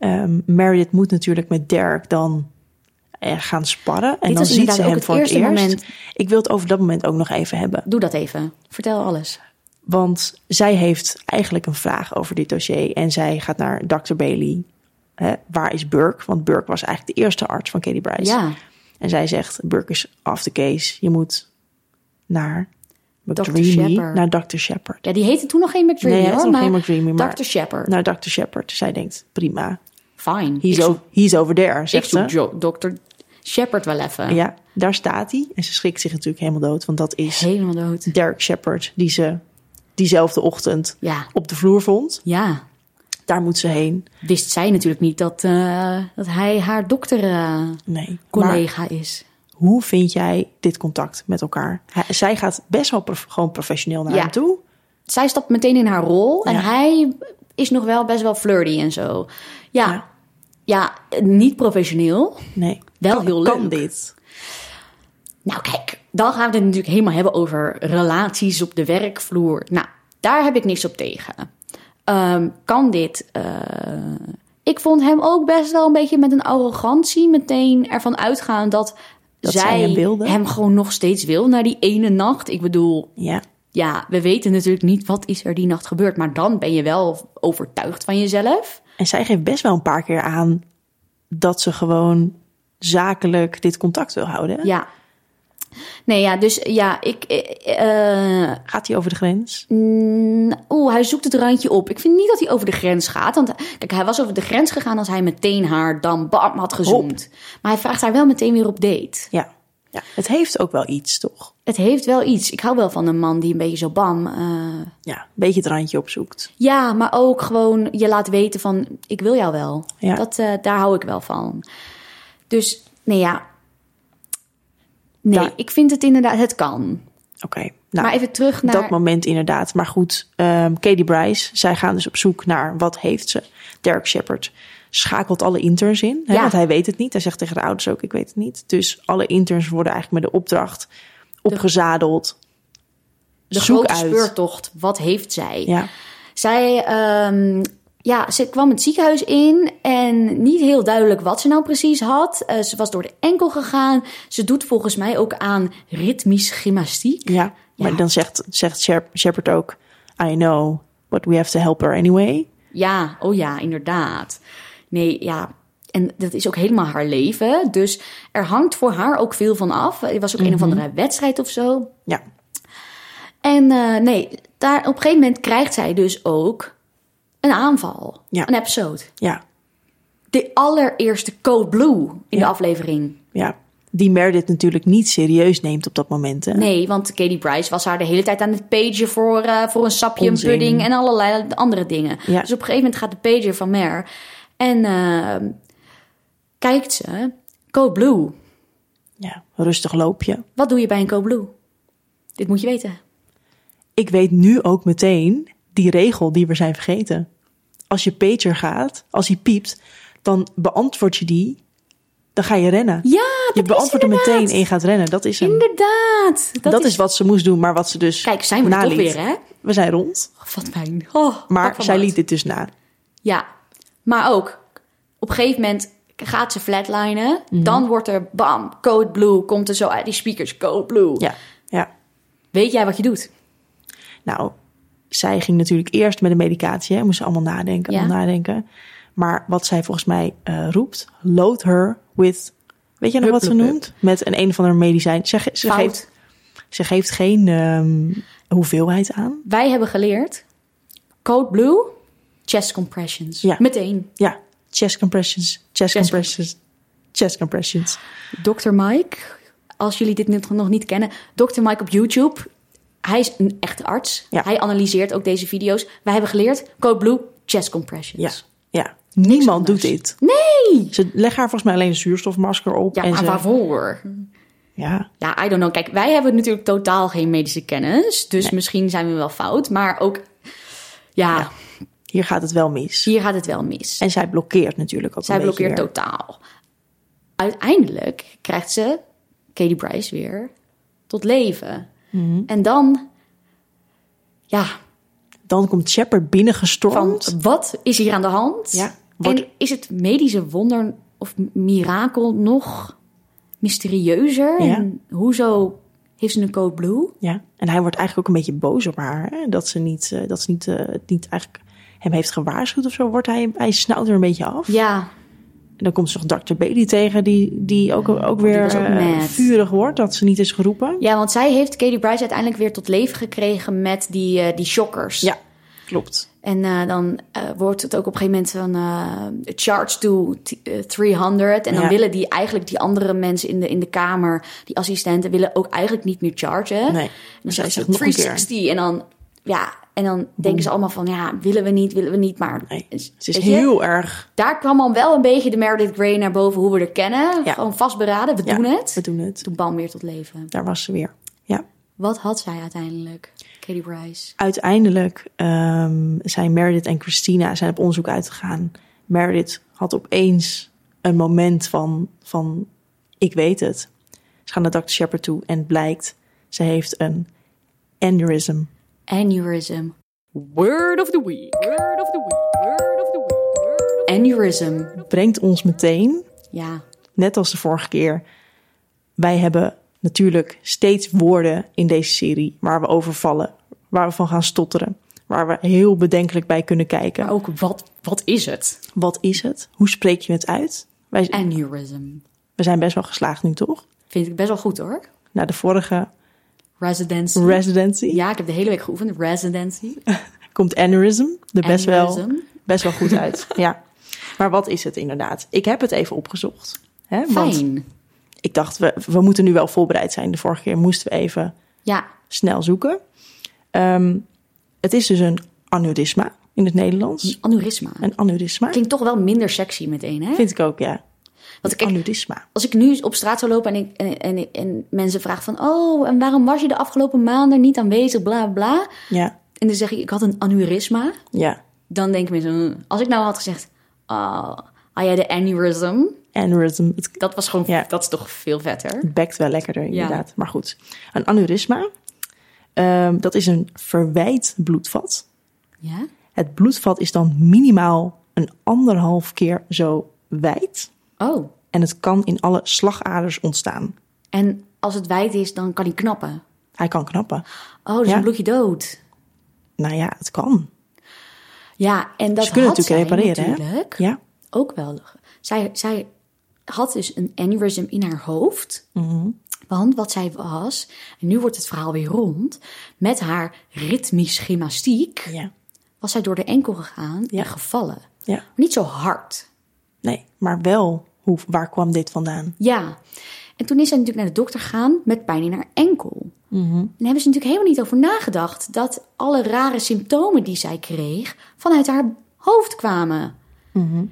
Speaker 2: Um, Meredith moet natuurlijk met Derek dan uh, gaan sparren. En
Speaker 1: Dit
Speaker 2: dan ziet ze hem
Speaker 1: het
Speaker 2: voor het eerst.
Speaker 1: Moment.
Speaker 2: Ik wil het over dat moment ook nog even hebben.
Speaker 1: Doe dat even. Vertel alles.
Speaker 2: Want zij heeft eigenlijk een vraag over dit dossier. En zij gaat naar dokter Bailey. Hè, waar is Burke? Want Burke was eigenlijk de eerste arts van Katie Price.
Speaker 1: Ja.
Speaker 2: En zij zegt, Burke is off the case. Je moet naar
Speaker 1: dokter
Speaker 2: McDreamy,
Speaker 1: Shepard.
Speaker 2: naar dokter Shepard.
Speaker 1: Ja, die heette toen nog geen McDreamy,
Speaker 2: Nee,
Speaker 1: hoor.
Speaker 2: nog
Speaker 1: maar
Speaker 2: geen McDreamy, maar
Speaker 1: dokter Shepard.
Speaker 2: naar dokter Shepard. Zij denkt, prima.
Speaker 1: Fine.
Speaker 2: He's,
Speaker 1: ik
Speaker 2: o- he's over there,
Speaker 1: Ik
Speaker 2: zegt
Speaker 1: zoek
Speaker 2: ze.
Speaker 1: jo- dokter Shepard wel even.
Speaker 2: Ja, daar staat hij. En ze schrikt zich natuurlijk helemaal dood. Want dat is
Speaker 1: Helemaal dood.
Speaker 2: Derek Shepard, die ze diezelfde ochtend
Speaker 1: Ja.
Speaker 2: op de vloer vond.
Speaker 1: Ja.
Speaker 2: Daar moet ze heen.
Speaker 1: Wist zij natuurlijk niet dat, uh, dat hij haar dokter-collega
Speaker 2: Nee.
Speaker 1: uh, is.
Speaker 2: Hoe vind jij dit contact met elkaar? Hij, zij gaat best wel prof, gewoon professioneel naar
Speaker 1: Ja.
Speaker 2: hem toe.
Speaker 1: Zij stapt meteen in haar rol. En
Speaker 2: Ja.
Speaker 1: hij is nog wel best wel flirty en zo. Ja,
Speaker 2: Ja.
Speaker 1: ja. niet professioneel.
Speaker 2: Nee.
Speaker 1: Wel
Speaker 2: kan,
Speaker 1: heel leuk.
Speaker 2: Kan dit?
Speaker 1: Nou kijk, dan gaan we het natuurlijk helemaal hebben over relaties op de werkvloer. Nou, daar heb ik niks op tegen. Um, kan dit? Uh, ik vond hem ook best wel een beetje met een arrogantie meteen ervan uitgaan dat,
Speaker 2: Dat
Speaker 1: zij,
Speaker 2: zij hem wilde.
Speaker 1: hem gewoon nog steeds wil na die ene nacht. Ik bedoel,
Speaker 2: Ja.
Speaker 1: ja, we weten natuurlijk niet wat is er die nacht gebeurd, maar dan ben je wel overtuigd van jezelf.
Speaker 2: En zij geeft best wel een paar keer aan dat ze gewoon zakelijk dit contact wil houden.
Speaker 1: Ja. Nee, ja, dus ja, ik... Uh,
Speaker 2: Gaat hij over de grens?
Speaker 1: Oeh, hij zoekt het randje op. Ik vind niet dat hij over de grens gaat. Want kijk, hij was over de grens gegaan als hij meteen haar dan bam had gezoomd. Maar hij vraagt haar wel meteen weer op date.
Speaker 2: Ja. Ja. Het heeft ook wel iets, toch?
Speaker 1: Het heeft wel iets. Ik hou wel van een man die een beetje zo bam... Uh...
Speaker 2: Ja, een beetje het randje opzoekt.
Speaker 1: Ja, maar ook gewoon je laat weten van, ik wil jou wel.
Speaker 2: Ja.
Speaker 1: Dat, uh, daar hou ik wel van. Dus, nee ja... Nee,
Speaker 2: Nou,
Speaker 1: ik vind het inderdaad, het kan.
Speaker 2: Oké. Okay, nou,
Speaker 1: maar even terug naar...
Speaker 2: dat moment inderdaad. Maar goed, um, Katie Price, zij gaan dus op zoek naar wat heeft ze. Derek Shepard schakelt alle interns in. Hè,
Speaker 1: ja.
Speaker 2: Want hij weet het niet. Hij zegt tegen de ouders ook, ik weet het niet. Dus alle interns worden eigenlijk met de opdracht opgezadeld.
Speaker 1: De
Speaker 2: Zoek
Speaker 1: grote
Speaker 2: uit.
Speaker 1: speurtocht, wat heeft zij?
Speaker 2: Ja.
Speaker 1: Zij... Um, Ja, ze kwam het ziekenhuis in en niet heel duidelijk wat ze nou precies had. Uh, ze was door de enkel gegaan. Ze doet volgens mij ook aan ritmisch gymnastiek.
Speaker 2: Ja, maar
Speaker 1: ja.
Speaker 2: dan zegt, zegt Shepard ook... I know, but we have to help her anyway.
Speaker 1: Ja, oh ja, inderdaad. Nee, ja, en dat is ook helemaal haar leven. Dus er hangt voor haar ook veel van af. Er was ook mm-hmm. een of andere wedstrijd of zo.
Speaker 2: Ja.
Speaker 1: En uh, nee, daar, op een gegeven moment krijgt zij dus ook... een aanval,
Speaker 2: ja.
Speaker 1: een episode.
Speaker 2: Ja.
Speaker 1: De allereerste Code Blue in
Speaker 2: ja.
Speaker 1: de aflevering.
Speaker 2: Ja, die Meredith natuurlijk niet serieus neemt op dat moment. Hè?
Speaker 1: Nee, want Katie Price was haar de hele tijd aan het pagen voor, uh, voor een sapje,
Speaker 2: Onzin.
Speaker 1: een pudding en allerlei andere dingen.
Speaker 2: Ja.
Speaker 1: Dus op een gegeven moment gaat de pager van Mare en uh, kijkt ze, Code Blue.
Speaker 2: Ja, rustig loopje.
Speaker 1: Wat doe je bij een Code Blue? Dit moet je weten.
Speaker 2: Ik weet nu ook meteen die regel die we zijn vergeten. Als je pager gaat, als hij piept, dan beantwoord je die, dan ga je rennen.
Speaker 1: Ja, dat
Speaker 2: je beantwoordt hem meteen en je gaat rennen. Dat is hem.
Speaker 1: Inderdaad.
Speaker 2: Dat, dat is... is wat ze moest doen, maar wat ze dus
Speaker 1: Kijk, zijn we er toch weer, hè?
Speaker 2: We zijn rond.
Speaker 1: Oh, wat fijn. Oh,
Speaker 2: maar zij liet dit dus na.
Speaker 1: Ja, maar ook op een gegeven moment gaat ze flatlinen. Mm-hmm. Dan wordt er bam, Code Blue, komt er zo uit die speakers, Code Blue.
Speaker 2: Ja, ja.
Speaker 1: Weet jij wat je doet?
Speaker 2: Nou, zij ging natuurlijk eerst met de medicatie. Hè. Moest ze allemaal nadenken,
Speaker 1: ja.
Speaker 2: allemaal nadenken. Maar wat zij volgens mij uh, roept, load her with... Weet je nog
Speaker 1: hup,
Speaker 2: wat ze
Speaker 1: hup,
Speaker 2: noemt? Hup. Met een een of ander medicijn. Ze, ze, geeft, ze geeft geen um, hoeveelheid aan.
Speaker 1: Wij hebben geleerd, Code Blue, chest compressions.
Speaker 2: Ja.
Speaker 1: Meteen.
Speaker 2: Ja, chest compressions, chest, chest compressions, chest compressions.
Speaker 1: dokter Mike, als jullie dit nog niet kennen. dokter Mike op YouTube... Hij is een echte arts. Ja. Hij analyseert ook deze video's. Wij hebben geleerd, Code Blue, chest compressions.
Speaker 2: Ja, ja. Niemand doet dit.
Speaker 1: Nee!
Speaker 2: Ze leggen haar volgens mij alleen een zuurstofmasker op.
Speaker 1: Ja,
Speaker 2: en
Speaker 1: maar
Speaker 2: ze...
Speaker 1: waarvoor?
Speaker 2: Ja.
Speaker 1: Ja, I don't know. Kijk, wij hebben natuurlijk totaal geen medische kennis. Dus nee. Misschien zijn we wel fout. Maar ook, ja,
Speaker 2: ja... Hier gaat het wel mis.
Speaker 1: Hier gaat het wel mis.
Speaker 2: En zij blokkeert natuurlijk ook
Speaker 1: zij
Speaker 2: een
Speaker 1: blokkeert
Speaker 2: beetje weer.
Speaker 1: totaal. Uiteindelijk krijgt ze Katie Price weer tot leven.
Speaker 2: Mm-hmm.
Speaker 1: En dan, ja...
Speaker 2: Dan komt Shepard binnengestormd.
Speaker 1: Van, wat is hier aan de hand?
Speaker 2: Ja, Wordt...
Speaker 1: En is het medische wonder of mirakel nog mysterieuzer?
Speaker 2: Ja.
Speaker 1: En hoezo heeft ze een code blue?
Speaker 2: Ja, en hij wordt eigenlijk ook een beetje boos op haar. Hè? Dat ze niet, uh, dat ze niet, uh, niet eigenlijk hem heeft gewaarschuwd of zo. Wordt hij, hij snauwt er een beetje af.
Speaker 1: Ja.
Speaker 2: En dan komt ze nog dokter Bailey tegen, die, die ook, ook weer
Speaker 1: die ook
Speaker 2: uh, vurig wordt dat ze niet is geroepen.
Speaker 1: Ja, want zij heeft Katie Price uiteindelijk weer tot leven gekregen met die, uh, die shockers.
Speaker 2: Ja, klopt.
Speaker 1: En uh, dan uh, wordt het ook op een gegeven moment van uh, charge to t- uh, driehonderd. En dan
Speaker 2: ja. willen
Speaker 1: die eigenlijk die andere mensen in de, in de kamer, die assistenten, willen ook eigenlijk niet meer chargen.
Speaker 2: Nee,
Speaker 1: en dan
Speaker 2: zij
Speaker 1: zegt
Speaker 2: zegt
Speaker 1: ze
Speaker 2: nog een keer.
Speaker 1: driehonderdzestig en dan, ja, en dan denken ze allemaal van, ja, willen we niet, willen we niet. Maar
Speaker 2: nee, het is heel
Speaker 1: je,
Speaker 2: erg...
Speaker 1: Daar kwam al wel een beetje de Meredith Grey naar boven, hoe we er kennen.
Speaker 2: Ja.
Speaker 1: Gewoon vastberaden, we
Speaker 2: ja,
Speaker 1: doen het.
Speaker 2: we doen het.
Speaker 1: Toen bam, weer tot leven.
Speaker 2: Daar was ze weer, ja.
Speaker 1: Wat had zij uiteindelijk, Katie Price?
Speaker 2: Uiteindelijk um, zijn Meredith en Christina zijn op onderzoek uitgegaan. Meredith had opeens een moment van, van ik weet het. Ze gaan naar dokter Shepard toe en het blijkt, ze heeft een aneurysm.
Speaker 1: Aneurysm. Word of the week. Word of the week. Word of the week. Aneurysm.
Speaker 2: Brengt ons meteen,
Speaker 1: ja.
Speaker 2: net als de vorige keer. Wij hebben natuurlijk steeds woorden in deze serie waar we over vallen, waar we van gaan stotteren, waar we heel bedenkelijk bij kunnen kijken.
Speaker 1: Maar ook, wat, wat is het?
Speaker 2: Wat is het? Hoe spreek je het uit? Wij,
Speaker 1: Aneurysm.
Speaker 2: We zijn best wel geslaagd nu, toch?
Speaker 1: Vind ik best wel goed, hoor.
Speaker 2: Na de vorige
Speaker 1: Residency.
Speaker 2: Residency.
Speaker 1: Ja, ik heb de hele week geoefend. Residency.
Speaker 2: Komt aneurysm er best
Speaker 1: Aneurysm.
Speaker 2: wel, best wel goed uit. Ja. Maar wat is het inderdaad? Ik heb het even opgezocht. Hè? Want
Speaker 1: Fijn.
Speaker 2: ik dacht, we, we moeten nu wel voorbereid zijn. De vorige keer moesten we even
Speaker 1: ja.
Speaker 2: snel zoeken. Um, het is dus een aneurysma in het Nederlands.
Speaker 1: Een aneurysma.
Speaker 2: Een aneurysma.
Speaker 1: Klinkt toch wel minder sexy meteen, hè?
Speaker 2: Vind ik ook, ja.
Speaker 1: Want kijk,
Speaker 2: aneurysma.
Speaker 1: Als ik nu op straat zou lopen en, ik, en, en, en mensen vragen van... oh, en waarom was je de afgelopen maanden niet aanwezig, bla, bla.
Speaker 2: Ja.
Speaker 1: En dan zeg ik, ik had een aneurysma.
Speaker 2: Ja.
Speaker 1: Dan denken mensen, als ik nou had gezegd... oh, ah ja, de aneurysm.
Speaker 2: Aneurysm. Het,
Speaker 1: dat was gewoon,
Speaker 2: ja.
Speaker 1: dat is toch veel vetter.
Speaker 2: Het bekt wel lekkerder, inderdaad.
Speaker 1: Ja.
Speaker 2: Maar goed, een aneurysma, um, dat is een verwijt bloedvat.
Speaker 1: Ja?
Speaker 2: Het bloedvat is dan minimaal een anderhalf keer zo wijd.
Speaker 1: Oh.
Speaker 2: En het kan in alle slagaders ontstaan.
Speaker 1: En als het wijd is, dan kan hij knappen?
Speaker 2: Hij kan knappen.
Speaker 1: Oh, dus
Speaker 2: ja.
Speaker 1: een bloedje dood.
Speaker 2: Nou ja, het kan.
Speaker 1: Ja, en dat
Speaker 2: Ze kunnen
Speaker 1: had
Speaker 2: natuurlijk
Speaker 1: zij
Speaker 2: repareren,
Speaker 1: natuurlijk
Speaker 2: hè? Ja.
Speaker 1: ook wel. Zij, zij had dus een aneurysm in haar hoofd.
Speaker 2: Mm-hmm.
Speaker 1: Want wat zij was, en nu wordt het verhaal weer rond... met haar ritmisch gymnastiek...
Speaker 2: Ja.
Speaker 1: was zij door de enkel gegaan
Speaker 2: ja.
Speaker 1: en gevallen.
Speaker 2: Ja.
Speaker 1: Maar niet zo hard.
Speaker 2: Nee, maar wel, hoe, waar kwam dit vandaan?
Speaker 1: Ja, en toen is zij natuurlijk naar de dokter gegaan met pijn in haar enkel.
Speaker 2: Mm-hmm.
Speaker 1: En daar hebben ze natuurlijk helemaal niet over nagedacht... dat alle rare symptomen die zij kreeg vanuit haar hoofd kwamen.
Speaker 2: Mm-hmm.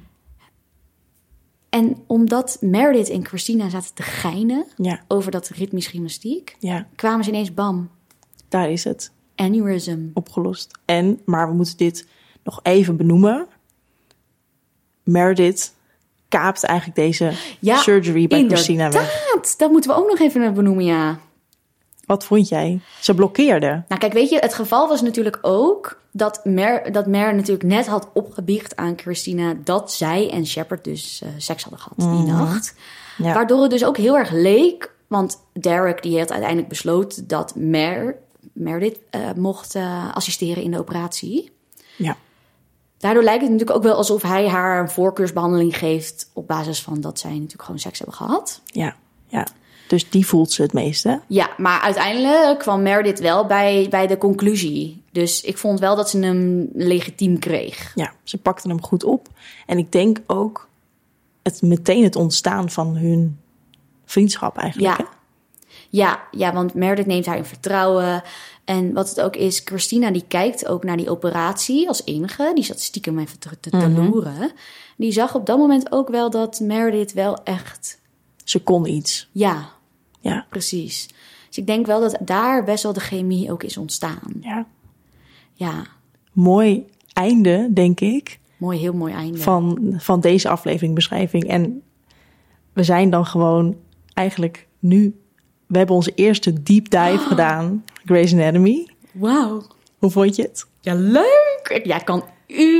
Speaker 1: En omdat Meredith en Christina zaten te geinen
Speaker 2: ja.
Speaker 1: over dat ritmisch gymnastiek...
Speaker 2: Ja.
Speaker 1: kwamen ze ineens, bam,
Speaker 2: daar is het.
Speaker 1: Aneurysm.
Speaker 2: Opgelost. En, maar we moeten dit nog even benoemen. Meredith kaapt eigenlijk deze
Speaker 1: ja,
Speaker 2: surgery bij Christina weg.
Speaker 1: Inderdaad, dat moeten we ook nog even benoemen, ja.
Speaker 2: Wat vond jij? Ze blokkeerde.
Speaker 1: Nou kijk, weet je, het geval was natuurlijk ook... dat Mer, dat Mer natuurlijk net had opgebiecht aan Christina... dat zij en Shepard dus uh, seks hadden gehad
Speaker 2: mm-hmm.
Speaker 1: die nacht.
Speaker 2: Ja.
Speaker 1: Waardoor het dus ook heel erg leek... want Derek die had uiteindelijk besloten dat Mer... Meredith uh, mocht uh, assisteren in de operatie.
Speaker 2: Ja.
Speaker 1: Daardoor lijkt het natuurlijk ook wel alsof hij haar een voorkeursbehandeling geeft... op basis van dat zij natuurlijk gewoon seks hebben gehad.
Speaker 2: Ja, ja. Dus die voelt ze het meeste.
Speaker 1: Ja, maar uiteindelijk kwam Meredith wel bij, bij de conclusie. Dus ik vond wel dat ze hem legitiem kreeg.
Speaker 2: Ja, ze pakte hem goed op. En ik denk ook het, meteen het ontstaan van hun vriendschap eigenlijk.
Speaker 1: Ja.
Speaker 2: Hè?
Speaker 1: Ja, ja, want Meredith neemt haar in vertrouwen. En wat het ook is, Christina die kijkt ook naar die operatie als enige. Die zat stiekem even te, te, te
Speaker 2: mm-hmm.
Speaker 1: loeren. Die zag op dat moment ook wel dat Meredith wel echt...
Speaker 2: Ze kon iets.
Speaker 1: Ja,
Speaker 2: ja,
Speaker 1: precies. Dus ik denk wel dat daar best wel de chemie ook is ontstaan.
Speaker 2: Ja.
Speaker 1: Ja.
Speaker 2: Mooi einde, denk ik.
Speaker 1: Mooi, heel mooi einde.
Speaker 2: Van, van deze afleveringbeschrijving. En we zijn dan gewoon eigenlijk nu... We hebben onze eerste deep dive oh. gedaan. Grey's Anatomy.
Speaker 1: Wauw.
Speaker 2: Hoe vond je het?
Speaker 1: Ja, leuk. Ja, ik kan uren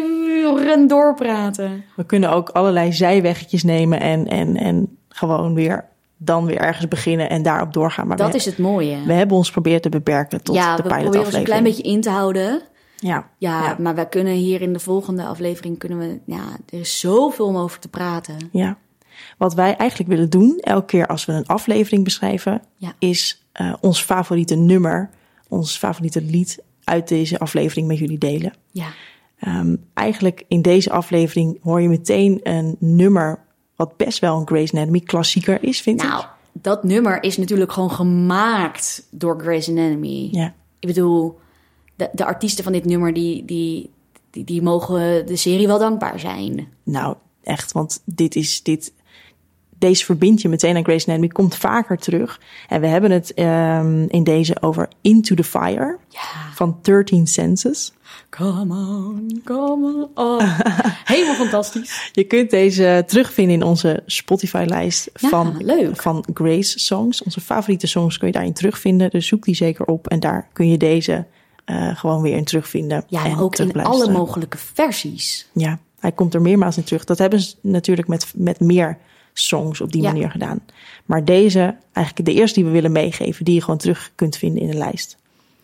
Speaker 1: uren doorpraten.
Speaker 2: We kunnen ook allerlei zijweggetjes nemen en, en, en gewoon weer dan weer ergens beginnen en daarop doorgaan. Maar
Speaker 1: dat
Speaker 2: we,
Speaker 1: is het mooie.
Speaker 2: We hebben ons proberen te beperken tot
Speaker 1: ja,
Speaker 2: de pilotaflevering.
Speaker 1: Ja, we proberen ons een klein beetje in te houden.
Speaker 2: Ja,
Speaker 1: ja,
Speaker 2: ja,
Speaker 1: maar wij kunnen hier in de volgende aflevering kunnen we, ja, er is zoveel om over te praten.
Speaker 2: Ja. Wat wij eigenlijk willen doen, elke keer als we een aflevering beschrijven, ja. is uh, ons favoriete nummer, ons favoriete lied uit deze aflevering met jullie delen.
Speaker 1: Ja.
Speaker 2: Um, eigenlijk in deze aflevering hoor je meteen een nummer wat best wel een Grey's Anatomy klassieker is, vind
Speaker 1: nou,
Speaker 2: ik.
Speaker 1: Nou, dat nummer is natuurlijk gewoon gemaakt door Grey's Anatomy.
Speaker 2: Ja.
Speaker 1: Ik bedoel, de, de artiesten van dit nummer, die, die, die, die mogen de serie wel dankbaar zijn.
Speaker 2: Nou, echt, want dit is dit. Deze verbind je meteen aan Grey's Anatomy, komt vaker terug. En we hebben het um, in deze over Into the Fire
Speaker 1: ja.
Speaker 2: van thirteen Senses.
Speaker 1: Come on, come on. Oh, helemaal fantastisch.
Speaker 2: Je kunt deze terugvinden in onze Spotify-lijst
Speaker 1: ja,
Speaker 2: van,
Speaker 1: leuk.
Speaker 2: van Grey's songs. Onze favoriete songs kun je daarin terugvinden. Dus zoek die zeker op. En daar kun je deze uh, gewoon weer in terugvinden.
Speaker 1: Ja,
Speaker 2: en
Speaker 1: ook in alle mogelijke versies.
Speaker 2: Ja, hij komt er meermaals in terug. Dat hebben ze natuurlijk met, met meer songs op die ja. manier gedaan. Maar deze, eigenlijk de eerste die we willen meegeven, die je gewoon terug kunt vinden in de lijst.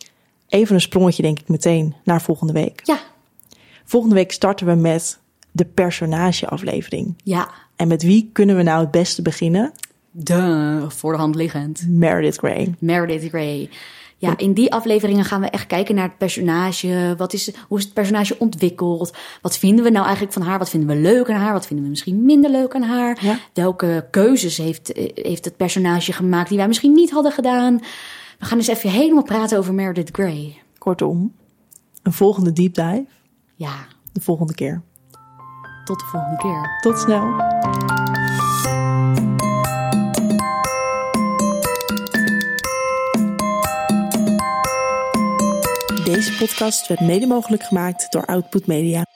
Speaker 2: Even een sprongetje, denk ik, meteen naar volgende week.
Speaker 1: Ja.
Speaker 2: Volgende week starten we met de personageaflevering.
Speaker 1: Ja.
Speaker 2: En met wie kunnen we nou het beste beginnen?
Speaker 1: De voor de hand liggend.
Speaker 2: Meredith Grey.
Speaker 1: Meredith Grey. Ja, in die afleveringen gaan we echt kijken naar het personage. Wat is, hoe is het personage ontwikkeld? Wat vinden we nou eigenlijk van haar? Wat vinden we leuk aan haar? Wat vinden we misschien minder leuk aan haar?
Speaker 2: Ja.
Speaker 1: Welke keuzes heeft, heeft het personage gemaakt die wij misschien niet hadden gedaan? We gaan dus even helemaal praten over Meredith Grey.
Speaker 2: Kortom, een volgende deep dive.
Speaker 1: Ja.
Speaker 2: De volgende keer.
Speaker 1: Tot de volgende keer.
Speaker 2: Tot snel. Deze podcast werd mede mogelijk gemaakt door Output Media.